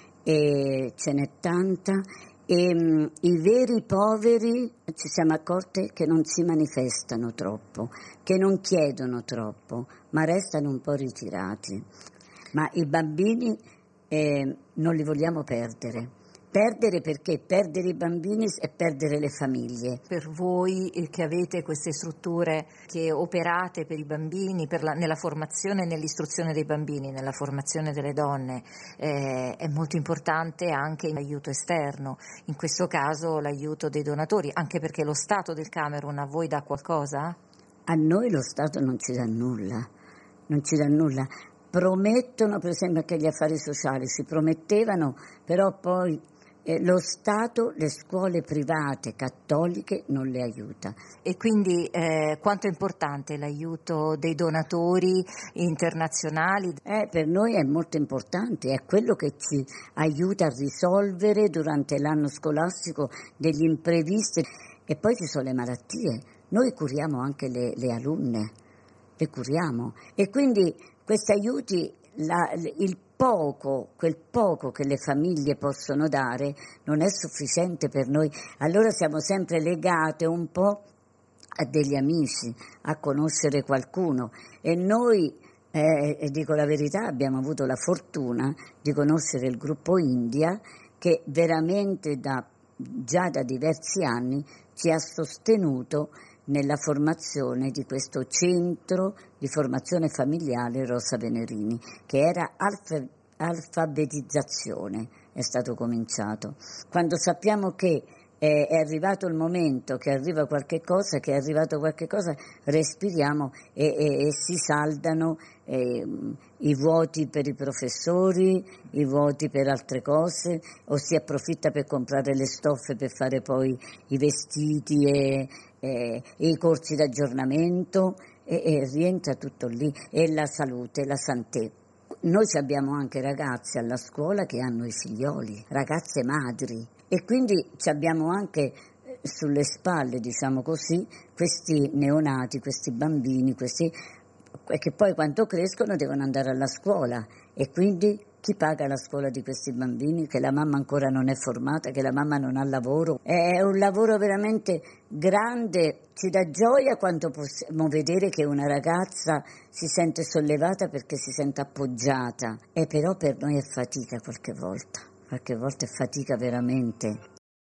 e ce n'è tanta. E um, i veri poveri ci siamo accorti che non si manifestano troppo, che non chiedono troppo, ma restano un po' ritirati. Ma i bambini eh, non li vogliamo perdere. Perdere perché? Perdere i bambini e perdere le famiglie. Per voi che avete queste strutture che operate per i bambini, per la, nella formazione e nell'istruzione dei bambini, nella formazione delle donne, eh, è molto importante anche l'aiuto esterno, in questo caso l'aiuto dei donatori, anche perché lo Stato del Camerun a voi dà qualcosa? A noi lo Stato non ci dà nulla, non ci dà nulla. Promettono, per esempio, anche gli affari sociali, si promettevano, però poi eh, lo Stato le scuole private cattoliche non le aiuta. E quindi eh, quanto è importante l'aiuto dei donatori internazionali? Eh, per noi è molto importante, è quello che ci aiuta a risolvere durante l'anno scolastico degli imprevisti. E poi ci sono le malattie, noi curiamo anche le, le alunne, le curiamo, e quindi questi aiuti, la, il poco, quel poco che le famiglie possono dare non è sufficiente per noi, allora siamo sempre legate un po' a degli amici, a conoscere qualcuno, e noi, eh, e dico la verità, abbiamo avuto la fortuna di conoscere il gruppo India, che veramente da, già da diversi anni ci ha sostenuto nella formazione di questo centro di formazione familiare Rosa Venerini, che era alfa, alfabetizzazione, è stato cominciato. Quando sappiamo che eh, è arrivato il momento, che arriva qualche cosa, che è arrivato qualche cosa, respiriamo e, e, e si saldano eh, i vuoti per i professori, i vuoti per altre cose, o si approfitta per comprare le stoffe per fare poi i vestiti e, e, e i corsi d'aggiornamento, e, e rientra tutto lì, e la salute, la santé. Noi abbiamo anche ragazzi alla scuola che hanno i figlioli, ragazze madri, e quindi abbiamo anche sulle spalle, diciamo così, questi neonati, questi bambini, questi che poi quando crescono devono andare alla scuola, e quindi chi paga la scuola di questi bambini? Che la mamma ancora non è formata, che la mamma non ha lavoro. È un lavoro veramente grande, ci dà gioia quando possiamo vedere che una ragazza si sente sollevata perché si sente appoggiata, e però per noi è fatica qualche volta, qualche volta è fatica veramente.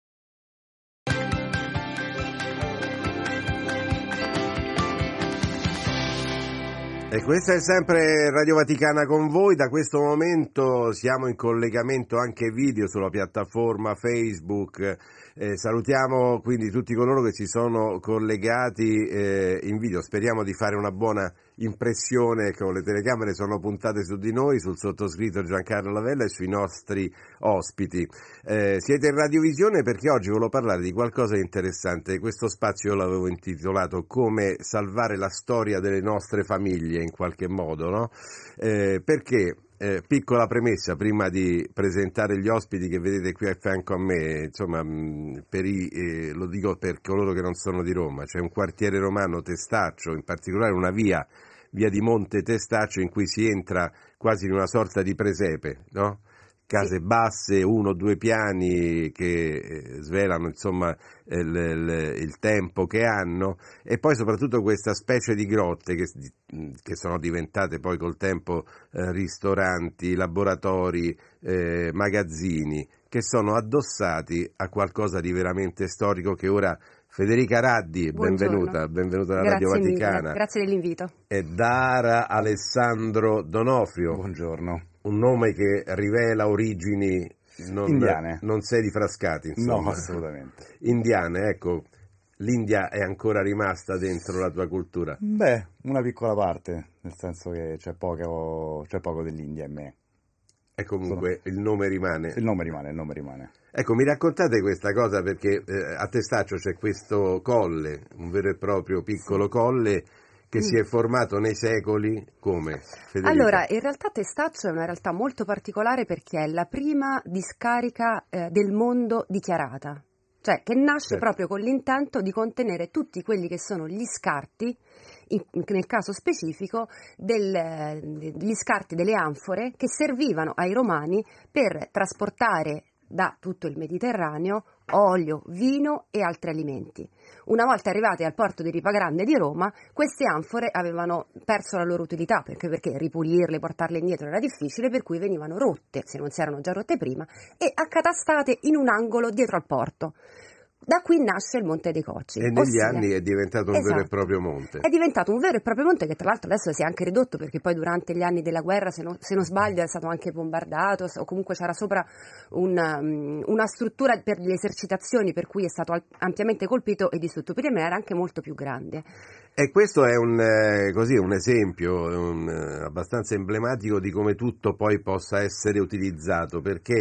E questa è sempre Radio Vaticana con voi. Da questo momento siamo in collegamento anche video sulla piattaforma Facebook. Eh, salutiamo quindi tutti coloro che si sono collegati eh, in video. Speriamo di fare una buona impressione, con le telecamere sono puntate su di noi, sul sottoscritto Giancarlo Lavella e sui nostri ospiti. Eh, siete in radiovisione perché oggi volevo parlare di qualcosa di interessante. Questo spazio io l'avevo intitolato Come salvare la storia delle nostre famiglie, in qualche modo, no? Eh, perché Eh, piccola premessa prima di presentare gli ospiti che vedete qui a fianco a me, insomma, mh, per i, eh, lo dico per coloro che non sono di Roma, c'è un quartiere romano, Testaccio, in particolare una via, via di Monte Testaccio, in cui si entra quasi in una sorta di presepe, no? Case sì. basse, uno o due piani che eh, svelano insomma il, il, il tempo che hanno, e poi soprattutto questa specie di grotte che, che sono diventate poi col tempo eh, ristoranti, laboratori, eh, magazzini, che sono addossati a qualcosa di veramente storico che ora Federica Raddi, Buongiorno. benvenuta, benvenuta alla Grazie Radio Vaticana. Mille. Grazie dell'invito. E Dara Alessandro Donofrio. Buongiorno. Un nome che rivela origini non, indiane. Non sei di Frascati, insomma. No, assolutamente. Indiane, ecco. L'India è ancora rimasta dentro la tua cultura? Beh, una piccola parte, nel senso che c'è poco, c'è poco dell'India in me. E comunque Sono... il nome rimane. Il nome rimane, il nome rimane. Ecco, mi raccontate questa cosa perché eh, a Testaccio c'è questo colle, un vero e proprio piccolo sì. colle che mm. si è formato nei secoli come? Federica? Allora, in realtà Testaccio è una realtà molto particolare perché è la prima discarica eh, del mondo dichiarata, cioè che nasce certo. proprio con l'intento di contenere tutti quelli che sono gli scarti, in, nel caso specifico del, degli scarti delle anfore che servivano ai romani per trasportare da tutto il Mediterraneo olio, vino e altri alimenti. Una volta arrivati al porto di Ripagrande di Roma, queste anfore avevano perso la loro utilità, perché, perché ripulirle, portarle indietro era difficile, per cui venivano rotte, se non si erano già rotte prima, e accatastate in un angolo dietro al porto. Da qui nasce il Monte dei Cocci. E negli ossia, anni è diventato un esatto, vero e proprio monte. È diventato un vero e proprio monte che tra l'altro adesso si è anche ridotto, perché poi durante gli anni della guerra, se non, se non sbaglio, è stato anche bombardato, o comunque c'era sopra una, una struttura per le esercitazioni, per cui è stato ampiamente colpito e distrutto. Prima era anche molto più grande. E questo è un, eh, così, un esempio un, eh, abbastanza emblematico di come tutto poi possa essere utilizzato, perché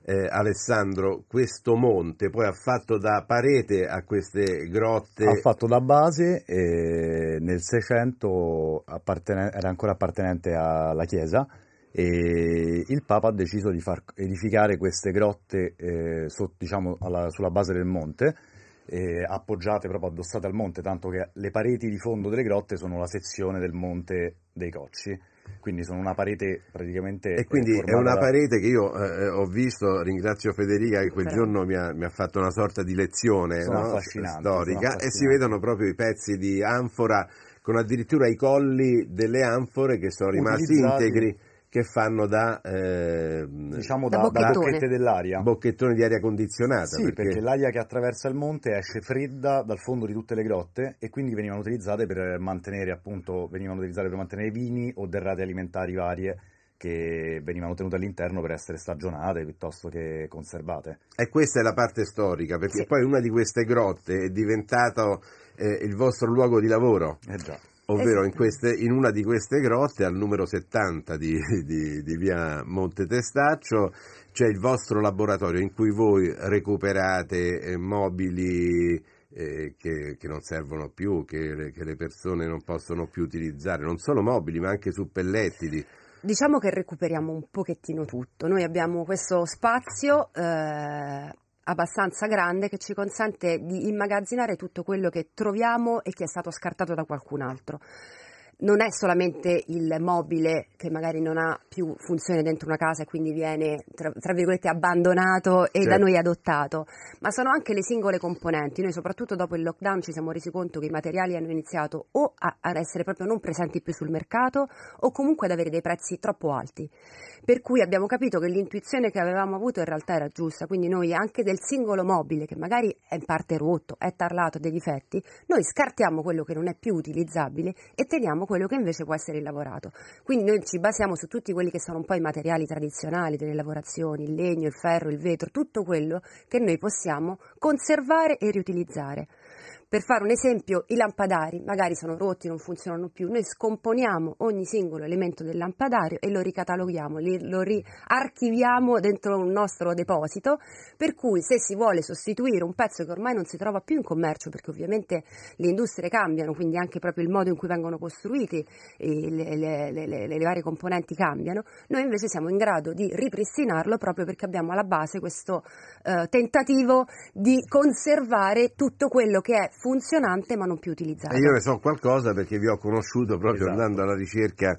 eh, Alessandro, questo monte poi ha fatto da parete a queste grotte. Ha fatto da base e nel Seicento appartene- era ancora appartenente alla chiesa, e il Papa ha deciso di far edificare queste grotte eh, so, diciamo alla, sulla base del monte, eh, appoggiate proprio addossate al monte, tanto che le pareti di fondo delle grotte sono la sezione del Monte dei Cocci. Quindi sono una parete praticamente... E quindi è una da... parete che io eh, ho visto, ringrazio Federica che quel Però... giorno mi ha, mi ha fatto una sorta di lezione, no? Storica, e si vedono proprio i pezzi di anfora con addirittura i colli delle anfore che sono rimasti utilizzati... integri, che fanno da eh, diciamo da, da bocchette dell'aria, bocchettoni di aria condizionata. Sì, perché... perché l'aria che attraversa il monte esce fredda dal fondo di tutte le grotte, e quindi venivano utilizzate per mantenere appunto venivano utilizzate per mantenere vini o derrate alimentari varie che venivano tenute all'interno per essere stagionate piuttosto che conservate. E questa è la parte storica, perché sì. Poi una di queste grotte è diventato eh, il vostro luogo di lavoro. Eh già. Ovvero in, queste, in una di queste grotte, al numero settanta di, di, di via Monte Testaccio, c'è il vostro laboratorio in cui voi recuperate eh, mobili eh, che, che non servono più, che, che le persone non possono più utilizzare, non solo mobili ma anche suppellettili. Diciamo che recuperiamo un pochettino tutto. Noi abbiamo questo spazio eh, abbastanza grande che ci consente di immagazzinare tutto quello che troviamo e che è stato scartato da qualcun altro. Non è solamente il mobile che magari non ha più funzione dentro una casa e quindi viene tra, tra virgolette abbandonato e certo. da noi adottato, ma sono anche le singole componenti. Noi soprattutto dopo il lockdown ci siamo resi conto che i materiali hanno iniziato o a, ad essere proprio non presenti più sul mercato o comunque ad avere dei prezzi troppo alti, per cui abbiamo capito che l'intuizione che avevamo avuto in realtà era giusta. Quindi noi anche del singolo mobile che magari è in parte rotto, è tarlato, ha dei difetti, noi scartiamo quello che non è più utilizzabile e teniamo quello che invece può essere lavorato. Quindi noi ci basiamo su tutti quelli che sono un po' i materiali tradizionali delle lavorazioni, il legno, il ferro, il vetro, tutto quello che noi possiamo conservare e riutilizzare. Per fare un esempio, i lampadari magari sono rotti, non funzionano più, noi scomponiamo ogni singolo elemento del lampadario e lo ricataloghiamo, lo riarchiviamo dentro un nostro deposito, per cui se si vuole sostituire un pezzo che ormai non si trova più in commercio, perché ovviamente le industrie cambiano, quindi anche proprio il modo in cui vengono costruiti e le, le, le, le, le varie componenti cambiano, noi invece siamo in grado di ripristinarlo proprio perché abbiamo alla base questo eh, tentativo di conservare tutto quello che è funzionante ma non più utilizzato. E io ne so qualcosa perché vi ho conosciuto proprio esatto. andando alla ricerca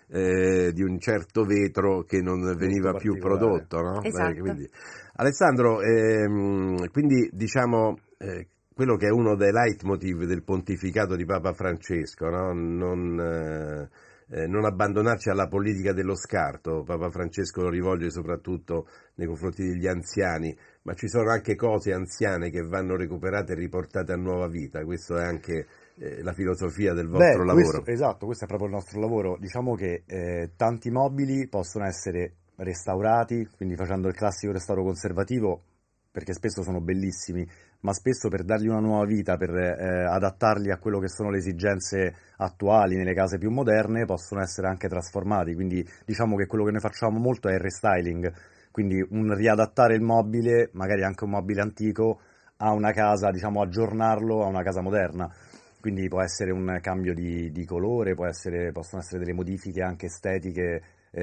eh, di un certo vetro che non veniva più prodotto, no? Esatto. Beh, quindi, Alessandro, ehm, quindi diciamo eh, quello che è uno dei leitmotiv del pontificato di Papa Francesco, no? non, eh, eh, non abbandonarci alla politica dello scarto. Papa Francesco lo rivolge soprattutto nei confronti degli anziani, ma ci sono anche cose anziane che vanno recuperate e riportate a nuova vita. Questo è anche eh, la filosofia del vostro Beh, lavoro. Questo, esatto, questo è proprio il nostro lavoro. Diciamo che eh, tanti mobili possono essere restaurati, quindi facendo il classico restauro conservativo, perché spesso sono bellissimi, ma spesso per dargli una nuova vita, per eh, adattarli a quello che sono le esigenze attuali nelle case più moderne, possono essere anche trasformati. Quindi diciamo che quello che noi facciamo molto è il restyling, quindi un riadattare il mobile, magari anche un mobile antico, a una casa, diciamo aggiornarlo a una casa moderna. Quindi può essere un cambio di, di colore, può essere, possono essere delle modifiche anche estetiche,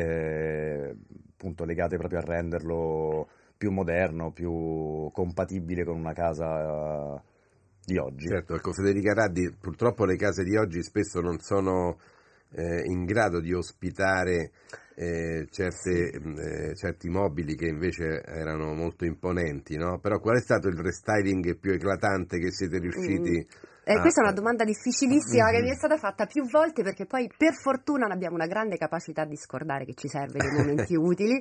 eh, appunto legate proprio a renderlo più moderno, più compatibile con una casa di oggi. Certo, ecco, Federica Raddi, purtroppo le case di oggi spesso non sono eh, in grado di ospitare eh, certe, eh, certi mobili che invece erano molto imponenti, no? Però qual è stato il restyling più eclatante che siete riusciti mm. Eh, ah, questa è una domanda difficilissima mm-hmm. che mi è stata fatta più volte, perché poi per fortuna abbiamo una grande capacità di scordare che ci serve nei momenti utili,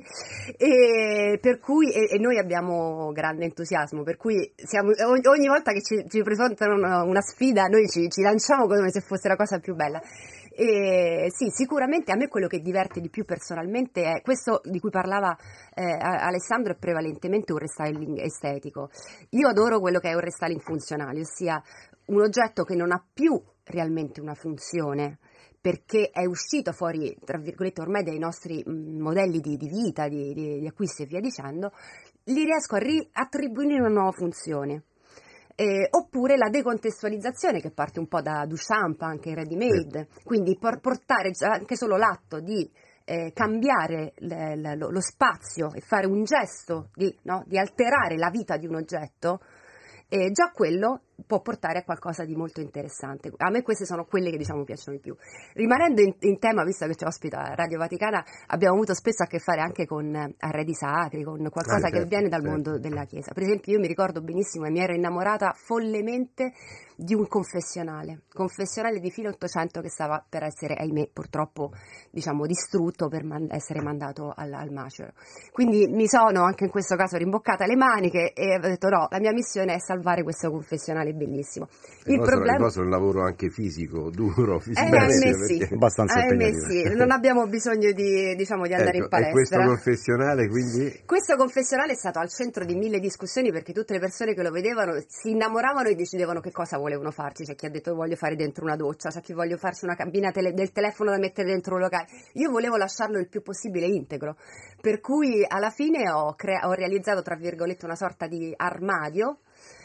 e per cui e, e noi abbiamo grande entusiasmo, per cui siamo, ogni, ogni volta che ci, ci presentano una, una sfida noi ci, ci lanciamo come se fosse la cosa più bella. E sì, sicuramente a me quello che diverte di più personalmente è questo di cui parlava eh, Alessandro, è prevalentemente un restyling estetico. Io adoro quello che è un restyling funzionale, ossia un oggetto che non ha più realmente una funzione, perché è uscito fuori, tra virgolette, ormai dai nostri mh, modelli di, di vita, di, di, di acquisti e via dicendo, li riesco a riattribuire una nuova funzione. Eh, oppure la decontestualizzazione, che parte un po' da Duchamp, anche in Ready Made, quindi por- portare già anche solo l'atto di eh, cambiare le, le, lo spazio e fare un gesto di, no, di alterare la vita di un oggetto, eh, già quello può portare a qualcosa di molto interessante. A me queste sono quelle che diciamo piacciono di più. Rimanendo in, in tema, visto che ci ospita Radio Vaticana, abbiamo avuto spesso a che fare anche con arredi sacri, con qualcosa ah, certo, che viene dal certo. mondo della Chiesa. Per esempio, io mi ricordo benissimo e mi ero innamorata follemente di un confessionale, confessionale di fine Ottocento che stava per essere, ahimè, purtroppo, diciamo, distrutto per man- essere mandato al, al macero. Quindi mi sono anche in questo caso rimboccata le maniche e ho detto no, la mia missione è salvare questo confessionale bellissimo. Il, il problema è un lavoro anche fisico, duro, fisicamente, eh, sì. abbastanza eh, impegnativo. Sì. Non abbiamo bisogno di, diciamo, di andare ecco, in palestra. E questo confessionale quindi? Questo confessionale è stato al centro di mille discussioni perché tutte le persone che lo vedevano si innamoravano e decidevano che cosa volevano farci. C'è chi ha detto voglio fare dentro una doccia, c'è chi voglio farsi una cabina tele- del telefono da mettere dentro un locale. Io volevo lasciarlo il più possibile integro, per cui alla fine ho, crea- ho realizzato tra virgolette una sorta di armadio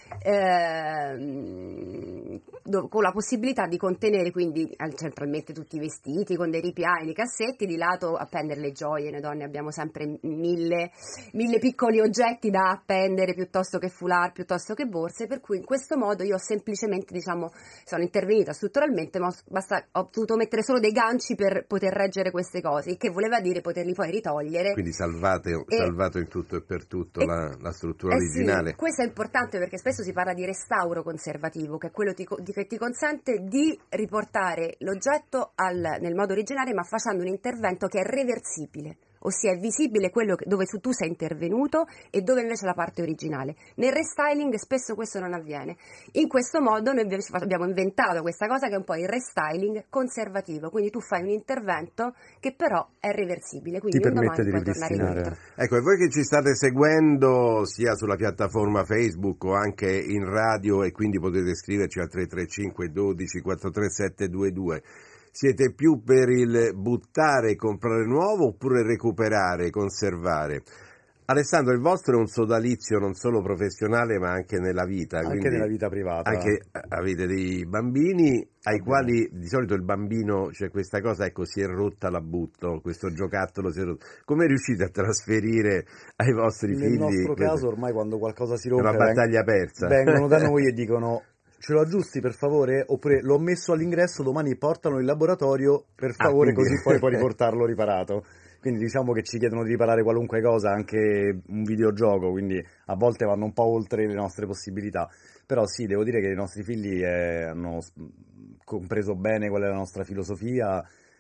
Eh, con la possibilità di contenere quindi centralmente tutti i vestiti con dei ripiani, i cassetti, di lato appendere le gioie. Noi donne abbiamo sempre mille, mille piccoli oggetti da appendere piuttosto che foulard, piuttosto che borse, per cui in questo modo io ho semplicemente, diciamo, sono intervenuta strutturalmente, ma ho, basta, ho dovuto mettere solo dei ganci per poter reggere queste cose, che voleva dire poterli poi ritogliere. Quindi salvate, e, salvato in tutto e per tutto e, la, la struttura eh originale. Sì, questo è importante perché spesso si parla di restauro conservativo, che è quello ti, di, che ti consente di riportare l'oggetto al, nel modo originale, ma facendo un intervento che è reversibile, ossia è visibile quello che, dove tu sei intervenuto e dove invece è la parte originale. Nel restyling spesso questo non avviene. In questo modo noi abbiamo inventato questa cosa che è un po' il restyling conservativo, quindi tu fai un intervento che però è reversibile, quindi ti un permette domani di puoi tornare indietro. Ecco, e voi che ci state seguendo sia sulla piattaforma Facebook o anche in radio, e quindi potete scriverci al tre tre cinque dodici quattrotré sette due, siete più per il buttare e comprare nuovo oppure recuperare e conservare? Alessandro, il vostro è un sodalizio non solo professionale ma anche nella vita. Anche nella vita privata. Anche avete dei bambini ai quali di solito il bambino c'è questa cosa, ecco, si è rotta, la butto, questo giocattolo si è rotto. Come riuscite a trasferire ai vostri Nel figli? Nel nostro questo? caso ormai quando qualcosa si rompe... È una battaglia persa. Vengono da noi e dicono... ce lo aggiusti per favore? Oppure l'ho messo all'ingresso, domani portalo in laboratorio per favore, ah, quindi... così poi puoi riportarlo riparato. Quindi diciamo che ci chiedono di riparare qualunque cosa, anche un videogioco, quindi a volte vanno un po' oltre le nostre possibilità. Però sì, devo dire che i nostri figli eh, hanno compreso bene qual è la nostra filosofia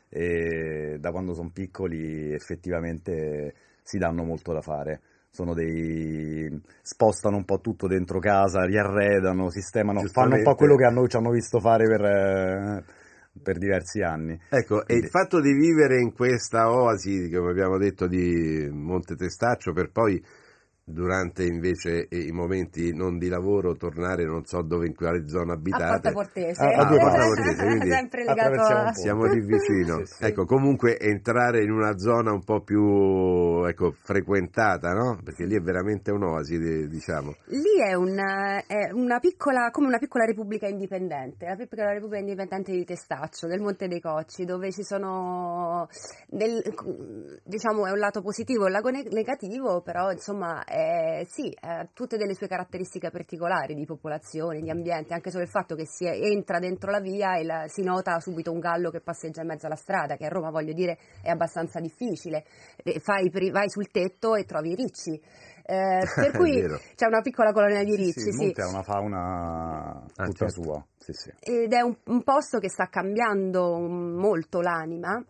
e da quando sono piccoli effettivamente si danno molto da fare. Sono dei spostano un po' tutto dentro casa, riarredano, sistemano, fanno un po' quello che a noi ci hanno visto fare per, eh, per diversi anni. Ecco, Quindi... e il fatto di vivere in questa oasi, come abbiamo detto, di Monte Testaccio, per poi durante invece i momenti non di lavoro tornare non so dove, in quale zona abitate, a Porta Portese, ah, a Porta Portese, quindi sempre legato a... siamo lì vicino. Sì, sì. Ecco, comunque entrare in una zona un po' più, ecco, frequentata, no? Perché lì è veramente un'oasi, diciamo. Lì è una, è una piccola, come una piccola repubblica indipendente, la piccola repubblica indipendente di Testaccio, del Monte dei Cocci, dove ci sono del, diciamo, è un lato positivo e un lato negativo, però insomma Eh, sì, eh, tutte delle sue caratteristiche particolari di popolazione, di ambiente, anche solo il fatto che si entra dentro la via e la, si nota subito un gallo che passeggia in mezzo alla strada, che a Roma, voglio dire, è abbastanza difficile. Eh, fai, vai sul tetto e trovi i ricci. Eh, per cui c'è una piccola colonia di ricci. Sì, sì, sì. Monte ha una fauna tutta ah, certo. sua. Sì, sì. Ed è un, un posto che sta cambiando molto l'anima,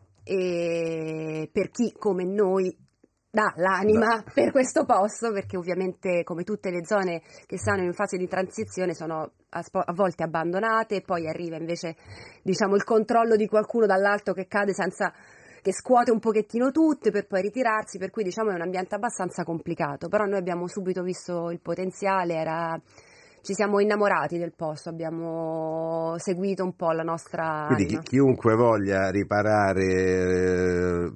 e per chi come noi dà l'anima no. per questo posto, perché ovviamente come tutte le zone che stanno in fase di transizione sono a, spo- a volte abbandonate, e poi arriva invece, diciamo, il controllo di qualcuno dall'alto che cade senza, che scuote un pochettino tutte per poi ritirarsi, per cui diciamo è un ambiente abbastanza complicato, però noi abbiamo subito visto il potenziale, era ci siamo innamorati del posto, abbiamo seguito un po' la nostra Quindi anima. chi, chiunque voglia riparare, eh,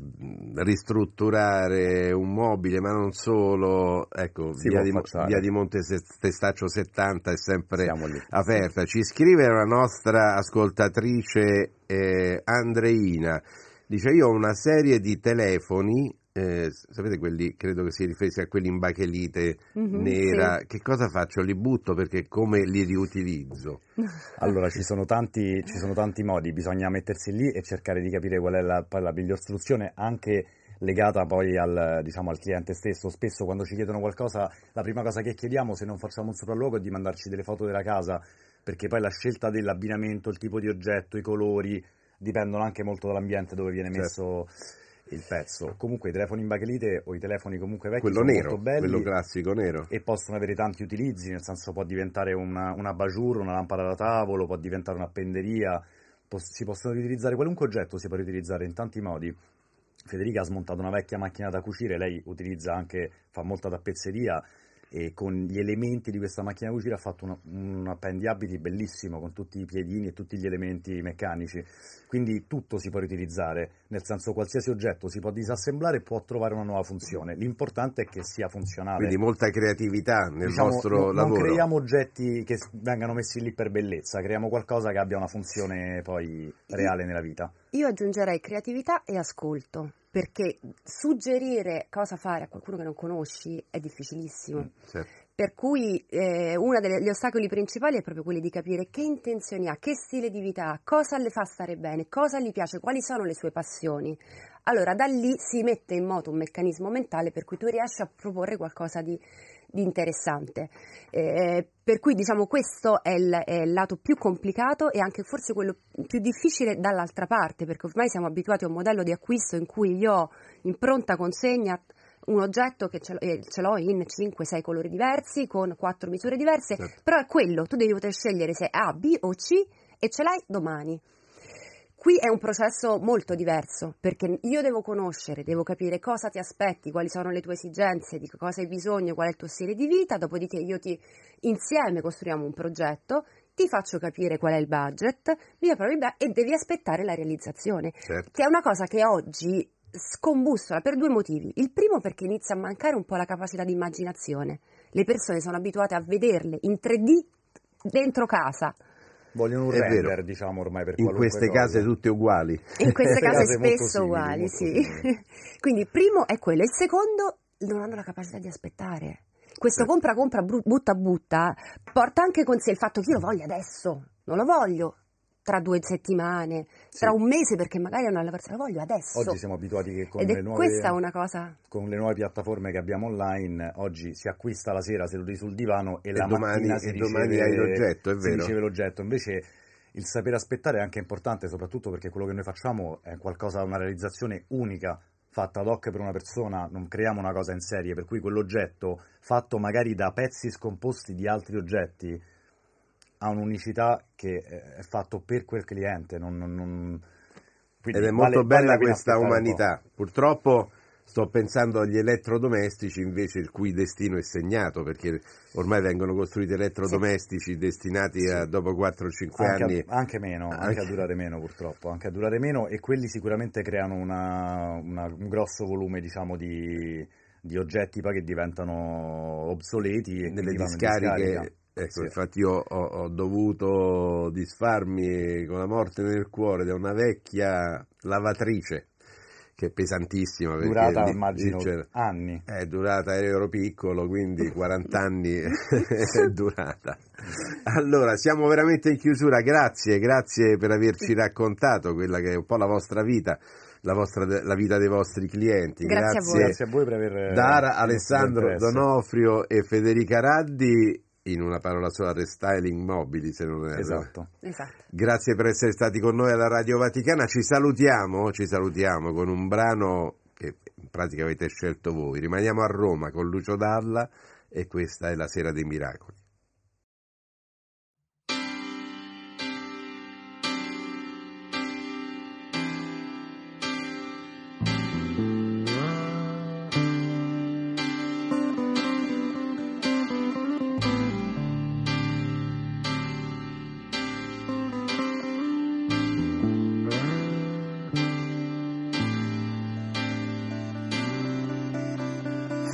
ristrutturare un mobile, ma non solo, ecco, Si via può di, affacciare. via di Monte Testaccio settanta è sempre aperta. Ci scrive la nostra ascoltatrice eh, Andreina, dice: io ho una serie di telefoni, eh, sapete quelli, credo che si riferisca a quelli in bachelite Mhm, nera, sì. che cosa faccio? Li butto perché come li riutilizzo? Allora, ci sono tanti, ci sono tanti modi, bisogna mettersi lì e cercare di capire qual è la, poi la miglior soluzione, anche legata poi al, diciamo, al cliente stesso. Spesso quando ci chiedono qualcosa, la prima cosa che chiediamo, se non facciamo un sopralluogo, è di mandarci delle foto della casa, perché poi la scelta dell'abbinamento, il tipo di oggetto, i colori, dipendono anche molto dall'ambiente dove viene messo il pezzo. Comunque i telefoni in bachelite o i telefoni comunque vecchi Quello sono nero, molto belli, quello classico nero. e possono avere tanti utilizzi, nel senso può diventare una, una abajur, una lampada da tavolo, può diventare una penderia, pos- si possono riutilizzare, qualunque oggetto si può riutilizzare in tanti modi. Federica ha smontato una vecchia macchina da cucire, lei utilizza anche, fa molta tappezzeria, e con gli elementi di questa macchina da cucire ha fatto una, un appendiabiti bellissimo con tutti i piedini e tutti gli elementi meccanici, quindi tutto si può riutilizzare, nel senso qualsiasi oggetto si può disassemblare e può trovare una nuova funzione, l'importante è che sia funzionale. Quindi molta creatività nel Diciamo, vostro no- lavoro. non creiamo oggetti che s- vengano messi lì per bellezza, creiamo qualcosa che abbia una funzione poi reale nella vita. Io aggiungerei creatività e ascolto, perché suggerire cosa fare a qualcuno che non conosci è difficilissimo. Certo. Per cui eh, uno degli ostacoli principali è proprio quello di capire che intenzioni ha, che stile di vita ha, cosa le fa stare bene, cosa gli piace, quali sono le sue passioni. Allora da lì si mette in moto un meccanismo mentale per cui tu riesci a proporre qualcosa di, di interessante. Eh, per cui diciamo questo è il, è il lato più complicato e anche forse quello più difficile dall'altra parte, perché ormai siamo abituati a un modello di acquisto in cui io ho in pronta consegna un oggetto che ce l'ho, eh, ce l'ho in cinque sei colori diversi, con quattro misure diverse, Certo. però è quello, tu devi poter scegliere se è A, B o C e ce l'hai domani. Qui è un processo molto diverso, perché io devo conoscere, devo capire cosa ti aspetti, quali sono le tue esigenze, di cosa hai bisogno, qual è il tuo stile di vita, dopodiché io ti insieme costruiamo un progetto, ti faccio capire qual è il budget, via proprio via, e devi aspettare la realizzazione, Certo. che è una cosa che oggi scombussola per due motivi. Il primo perché inizia a mancare un po' la capacità di immaginazione. Le persone sono abituate a vederle in tre D dentro casa. Vogliono un È render, vero. diciamo, ormai per In qualunque queste cosa. case tutte uguali. In queste case Case molto spesso simili, uguali, molto sì. simili. Quindi il primo è quello. Il secondo, non hanno la capacità di aspettare. Questo compra, compra, bru- butta, butta, porta anche con sé il fatto che io lo voglio adesso, non lo voglio tra due settimane, tra un mese, perché magari hanno lavorato, lo voglio adesso. Oggi siamo abituati che con Ed le è nuove, questa una cosa... con le nuove piattaforme che abbiamo online, oggi si acquista la sera seduti sul divano e, E la domani- mattina si e riceve, domani hai l'oggetto, è si vero. riceve l'oggetto. Invece il sapere aspettare è anche importante, soprattutto perché quello che noi facciamo è qualcosa, una realizzazione unica, fatta ad hoc per una persona, non creiamo una cosa in serie, per cui quell'oggetto, fatto magari da pezzi scomposti di altri oggetti, ha un'unicità che è fatto per quel cliente. Non, non, non... Quindi Ed è vale- molto vale bella la pena questa aspettare un po'. umanità. Purtroppo sto pensando agli elettrodomestici invece il cui destino è segnato, perché ormai vengono costruiti elettrodomestici destinati a dopo quattro o cinque Anche, anni a, anche meno, anche, Anche- a durare meno purtroppo, anche a durare meno, e quelli sicuramente creano una, una- un grosso volume, diciamo, di, di oggetti poi che diventano obsoleti e nelle quindi vanno in discariche. discarica. Ecco, Sì. infatti io ho, ho dovuto disfarmi con la morte nel cuore da una vecchia lavatrice che è pesantissima, perché Durata, lì- immagino, lì c'era- anni. è durata, ero piccolo, quindi quaranta anni è durata. Allora, siamo veramente in chiusura, grazie, grazie per averci raccontato quella che è un po' la vostra vita, la, vostra, la vita dei vostri clienti. Grazie a voi. Grazie a voi per aver Dara, dimostrato Alessandro interesse. Donofrio e Federica Raddi, in una parola sola, restyling mobili, se non erro. Esatto. Esatto. Grazie per essere stati con noi alla Radio Vaticana. Ci salutiamo, ci salutiamo con un brano che in pratica avete scelto voi. Rimaniamo a Roma con Lucio Dalla e questa è La Sera dei Miracoli.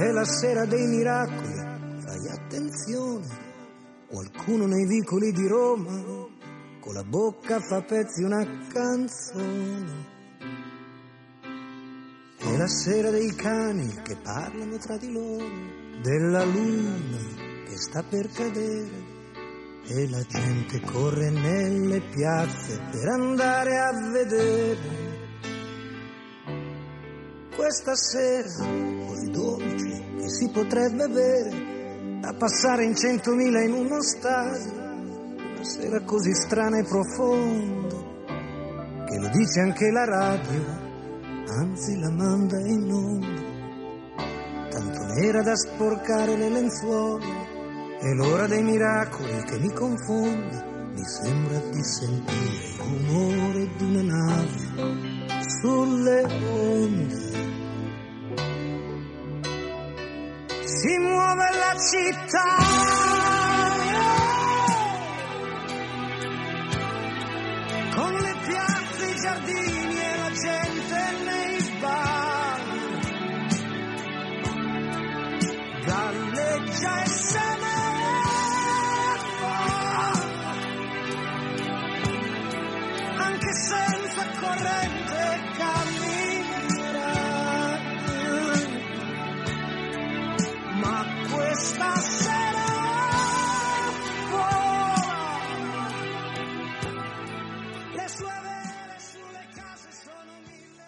è la sera dei miracoli, fai attenzione, qualcuno nei vicoli di Roma con la bocca fa pezzi una canzone. È la sera dei cani che parlano tra di loro, della luna che sta per cadere, e la gente corre nelle piazze per andare a vedere. Questa sera così dolce che si potrebbe bere, da passare in centomila in uno stadio, una sera così strana e profonda che lo dice anche la radio, anzi la manda in onda, tanto nera da sporcare le lenzuola. È l'ora dei miracoli che mi confonde, mi sembra di sentire il rumore di una nave sulle onde. Si muove la città, con le piazze, i giardini e la gente nei bar. Galleggia e se ne va, anche senza corrente cammina. Ma questa sera vola, le sue vele sulle case sono mille.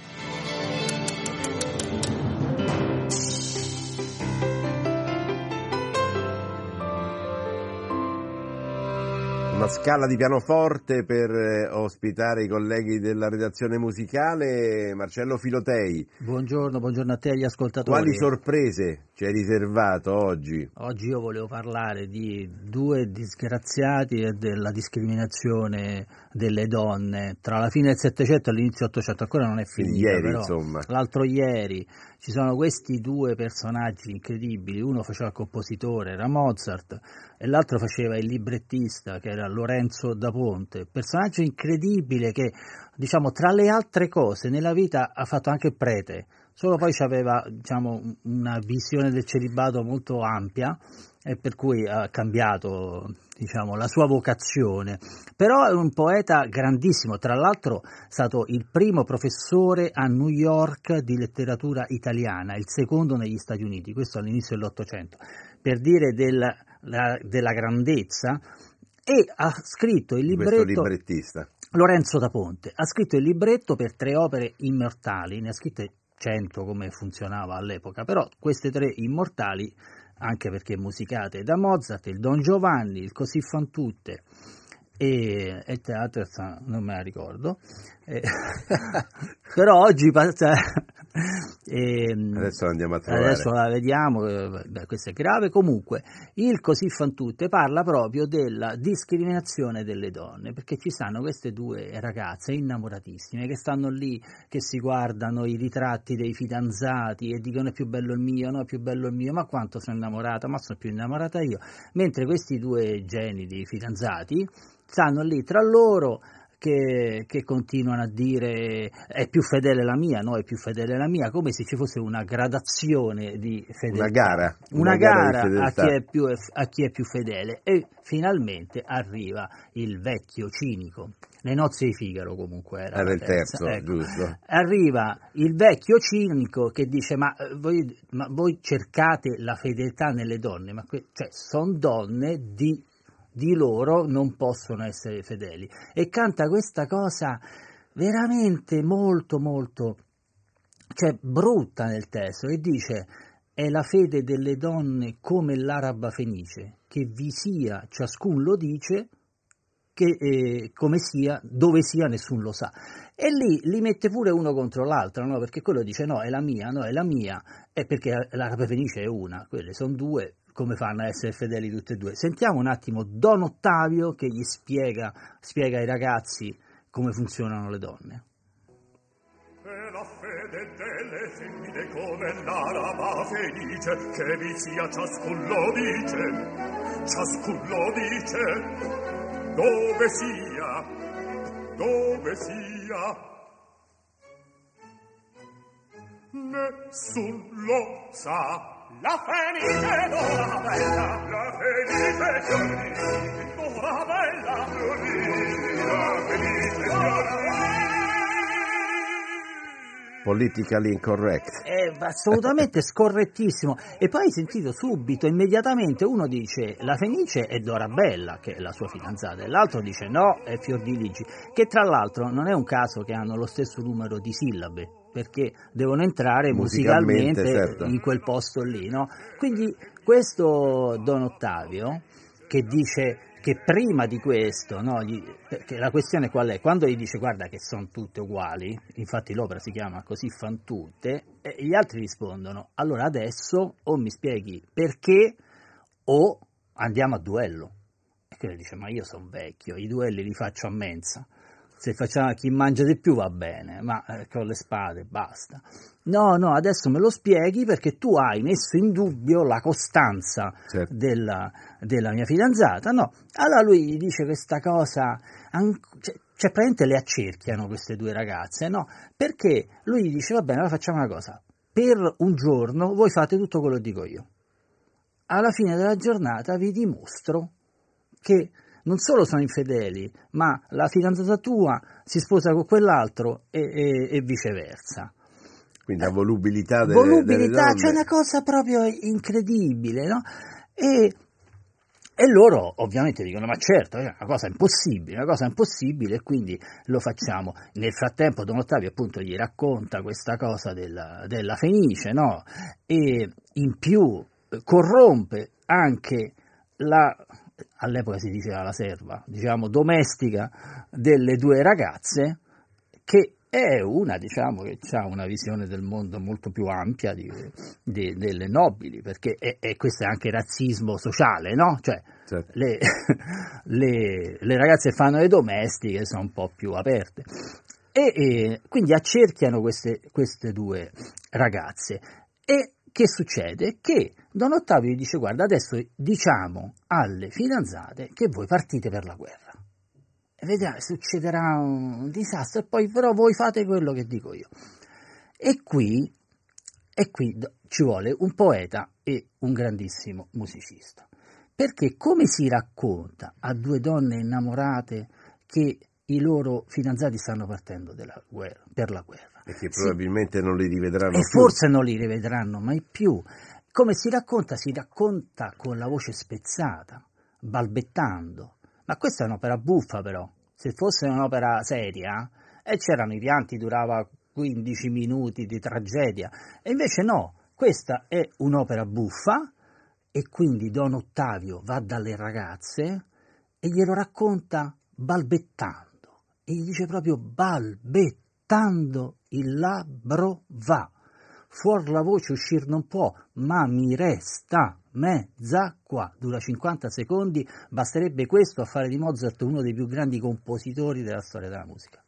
Una scala di pianoforte per eh, ospitare i colleghi della redazione musicale. Marcello Filotei. Buongiorno, buongiorno a te e agli ascoltatori. Quali sorprese ci hai riservato oggi? Oggi io volevo parlare di due disgraziati e della discriminazione delle donne tra la fine del Settecento e l'inizio dell'Ottocento. Ancora non è finita, Ieri, però insomma. L'altro ieri ci sono questi due personaggi incredibili. Uno faceva il compositore, era Mozart, e l'altro faceva il librettista, che era Lorenzo da Ponte. Personaggio incredibile che, diciamo, tra le altre cose nella vita ha fatto anche prete, solo poi aveva, diciamo, una visione del celibato molto ampia e per cui ha cambiato, diciamo, la sua vocazione. Però è un poeta grandissimo, tra l'altro è stato il primo professore a New York di letteratura italiana, il secondo negli Stati Uniti, questo all'inizio dell'Ottocento, per dire del, la, della grandezza. E ha scritto il libretto, librettista Lorenzo da Ponte, ha scritto il libretto per tre opere immortali, ne ha scritte cento come funzionava all'epoca, però queste tre immortali, anche perché musicate da Mozart, il Don Giovanni, il Così fan tutte e il teatro non me la ricordo, eh, però oggi passa, eh, adesso la andiamo a trovare, adesso la vediamo, eh, beh, questo è grave. Comunque il Così fan tutte parla proprio della discriminazione delle donne, perché ci stanno queste due ragazze innamoratissime che stanno lì, che si guardano i ritratti dei fidanzati e dicono è più bello il mio, no è più bello il mio, ma quanto sono innamorata, ma sono più innamorata io, mentre questi due geni di fidanzati stanno lì tra loro che, che continuano a dire è più fedele la mia, no è più fedele la mia, come se ci fosse una gradazione di fedeltà, una gara, una, una gara, gara a, chi è più, a chi è più fedele. E finalmente arriva il vecchio cinico, Le nozze di Figaro comunque era, era il terza. terzo, ecco. giusto. Arriva il vecchio cinico che dice ma voi, ma voi cercate la fedeltà nelle donne, ma que- cioè sono donne di di loro non possono essere fedeli, e canta questa cosa veramente molto molto, cioè brutta nel testo, e dice è la fede delle donne come l'araba fenice, che vi sia ciascun lo dice, che eh, come sia, dove sia nessun lo sa. E lì li mette pure uno contro l'altro, no? Perché quello dice no è la mia, no è la mia, è perché l'araba fenice è una, quelle sono due, come fanno a essere fedeli tutte e due? Sentiamo un attimo Don Ottavio che gli spiega, spiega ai ragazzi come funzionano le donne. E la fede delle femmine come l'araba felice, che vi sia ciascun lo dice, ciascun lo dice, dove sia, dove sia. nessun lo sa. La Fenice d'ora bella, la Fenice fiorì, d'ora bella, fiorì, la Fenice fiorì. Politically incorrect. È assolutamente scorrettissimo. E poi hai sentito subito, immediatamente, uno dice la Fenice è Dorabella, che è la sua fidanzata, e l'altro dice no, è Fiordiligi, che tra l'altro non è un caso che hanno lo stesso numero di sillabe, perché devono entrare musicalmente, musicalmente certo. in quel posto lì, no? Quindi questo Don Ottavio, che dice che prima di questo, no, gli, perché la questione qual è? Quando gli dice guarda che sono tutte uguali, infatti l'opera si chiama Così fan tutte, e gli altri rispondono allora adesso o mi spieghi perché o andiamo a duello. E quello dice ma io sono vecchio, i duelli li faccio a mensa. Se facciamo chi mangia di più va bene, ma eh, con le spade basta. No, no, adesso me lo spieghi perché tu hai messo in dubbio la costanza certo. della, della mia fidanzata. No, allora lui gli dice questa cosa, cioè, cioè praticamente le accerchiano queste due ragazze, no? Perché lui gli dice va bene, allora facciamo una cosa, per un giorno voi fate tutto quello che dico io. Alla fine della giornata vi dimostro che non solo sono infedeli, ma la fidanzata tua si sposa con quell'altro e, e, e viceversa. Quindi la volubilità delle, volubilità, delle c'è una cosa proprio incredibile, no? E, e loro ovviamente dicono, ma certo, è una cosa impossibile, una cosa impossibile, e quindi lo facciamo. Nel frattempo Don Ottavio appunto gli racconta questa cosa della, della Fenice, no? E in più corrompe anche la... all'epoca si diceva la serva, diciamo domestica delle due ragazze, che è una, diciamo, che ha una visione del mondo molto più ampia di, di, delle nobili, perché è, è, questo è anche razzismo sociale, no? Cioè certo. le, le, le ragazze che fanno le domestiche sono un po' più aperte. E, e quindi accerchiano queste, queste due ragazze. E che succede? Che Don Ottavio gli dice guarda adesso diciamo alle fidanzate che voi partite per la guerra e vedrà, succederà un disastro e poi però voi fate quello che dico io. E qui, e qui ci vuole un poeta e un grandissimo musicista, perché come si racconta a due donne innamorate che i loro fidanzati stanno partendo della guerra, per la guerra e che probabilmente sì. non li rivedranno e più. Forse non li rivedranno mai più. Come si racconta? Si racconta con la voce spezzata, balbettando. Ma questa è un'opera buffa però. Se fosse un'opera seria, e c'erano i pianti, durava quindici minuti di tragedia. E invece no, questa è un'opera buffa e quindi Don Ottavio va dalle ragazze e glielo racconta balbettando. E gli dice proprio balbettando, il labbro va. Fuor la voce uscir non può, ma mi resta mezza qua. Dura cinquanta secondi, basterebbe questo a fare di Mozart uno dei più grandi compositori della storia della musica.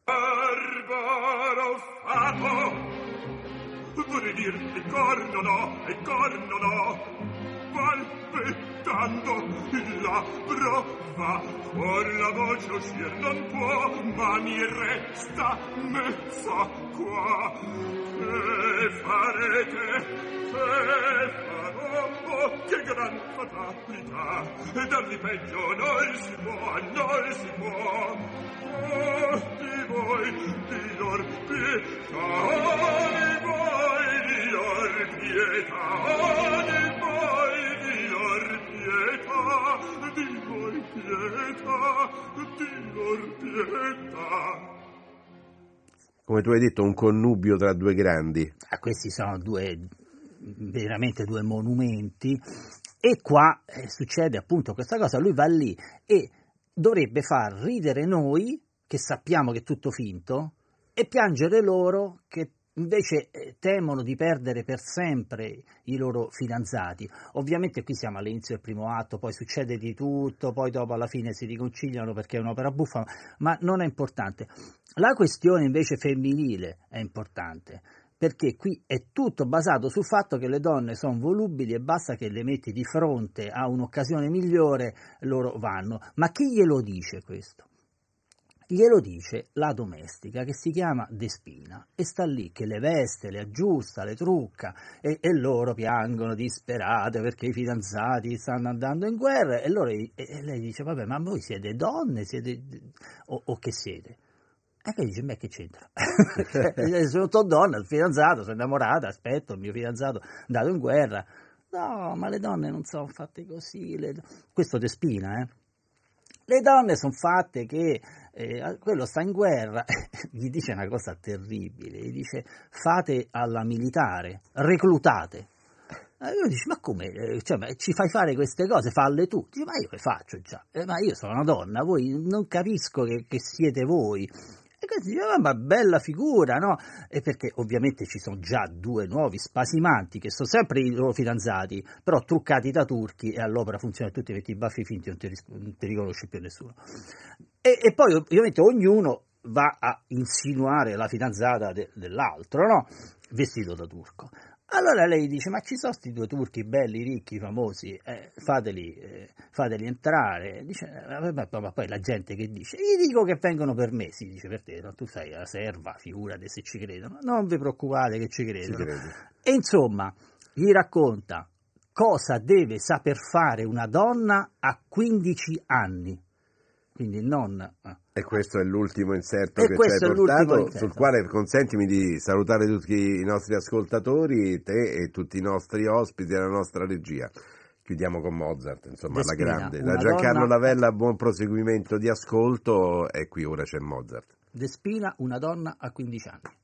Barbaro fato, vorrei dirti corno no, e corno no, balbettando il labbro va. Fuor la voce uscir non può, ma mi resta mezza qua. Che farete? Che farò? Oh, che gran fatalità! Darvi peggio non si può, non si può. Oh, di voi, di lor pietà, di voi, di lor pietà, di voi, di lor pietà, di voi pietà, di lor pietà. Come tu hai detto, un connubio tra due grandi. Ah, questi sono due, veramente due monumenti, e qua eh, succede appunto questa cosa, lui va lì e dovrebbe far ridere noi, che sappiamo che è tutto finto, e piangere loro, che invece eh, temono di perdere per sempre i loro fidanzati. Ovviamente qui siamo all'inizio del primo atto, poi succede di tutto, poi dopo alla fine si riconciliano perché è un'opera buffa, ma non è importante. La questione invece femminile è importante, perché qui è tutto basato sul fatto che le donne sono volubili e basta che le metti di fronte a un'occasione migliore, loro vanno. Ma chi glielo dice questo? glielo dice la domestica che si chiama Despina e sta lì che le veste, le aggiusta, le trucca e, e loro piangono disperate perché i fidanzati stanno andando in guerra e, loro, e, e lei dice vabbè ma voi siete donne siete, o, o che siete? E lei dice ma che c'entra? Sono donna, il fidanzato, sono innamorata, aspetto il mio fidanzato è andato in guerra. No, ma le donne non sono fatte così, le... questo Despina, eh? Le donne sono fatte che eh, quello sta in guerra, gli dice una cosa terribile, gli dice fate alla militare, reclutate. E io dice ma come, cioè, ma ci fai fare queste cose, falle tu? Dice ma io le faccio già, eh, ma io sono una donna, voi non capisco che, che siete voi. E così dice, oh, ma bella figura, no? E perché ovviamente ci sono già due nuovi spasimanti che sono sempre i loro fidanzati, però truccati da turchi e all'opera funziona tutti, metti i baffi finti non ti, non ti riconosce più nessuno. E, e poi ovviamente ognuno va a insinuare la fidanzata de, dell'altro, no? Vestito da turco. Allora lei dice, ma ci sono questi due turchi belli, ricchi, famosi, eh, fateli, eh, fateli entrare. Dice, eh, ma, ma poi la gente che dice, gli dico che vengono per me, si dice per te, no? Tu sei la serva, figurati se ci credono, non vi preoccupate che ci credono. Ci e insomma, gli racconta cosa deve saper fare una donna a quindici anni. Quindi non... Eh. E questo è l'ultimo inserto e che ci hai portato, inserto. Sul quale consentimi di salutare tutti i nostri ascoltatori, te e tutti i nostri ospiti e la nostra regia. Chiudiamo con Mozart, insomma, Despina, la grande. Da Giancarlo donna... Lavella, buon proseguimento di ascolto, e qui ora c'è Mozart. Despina, una donna a quindici anni.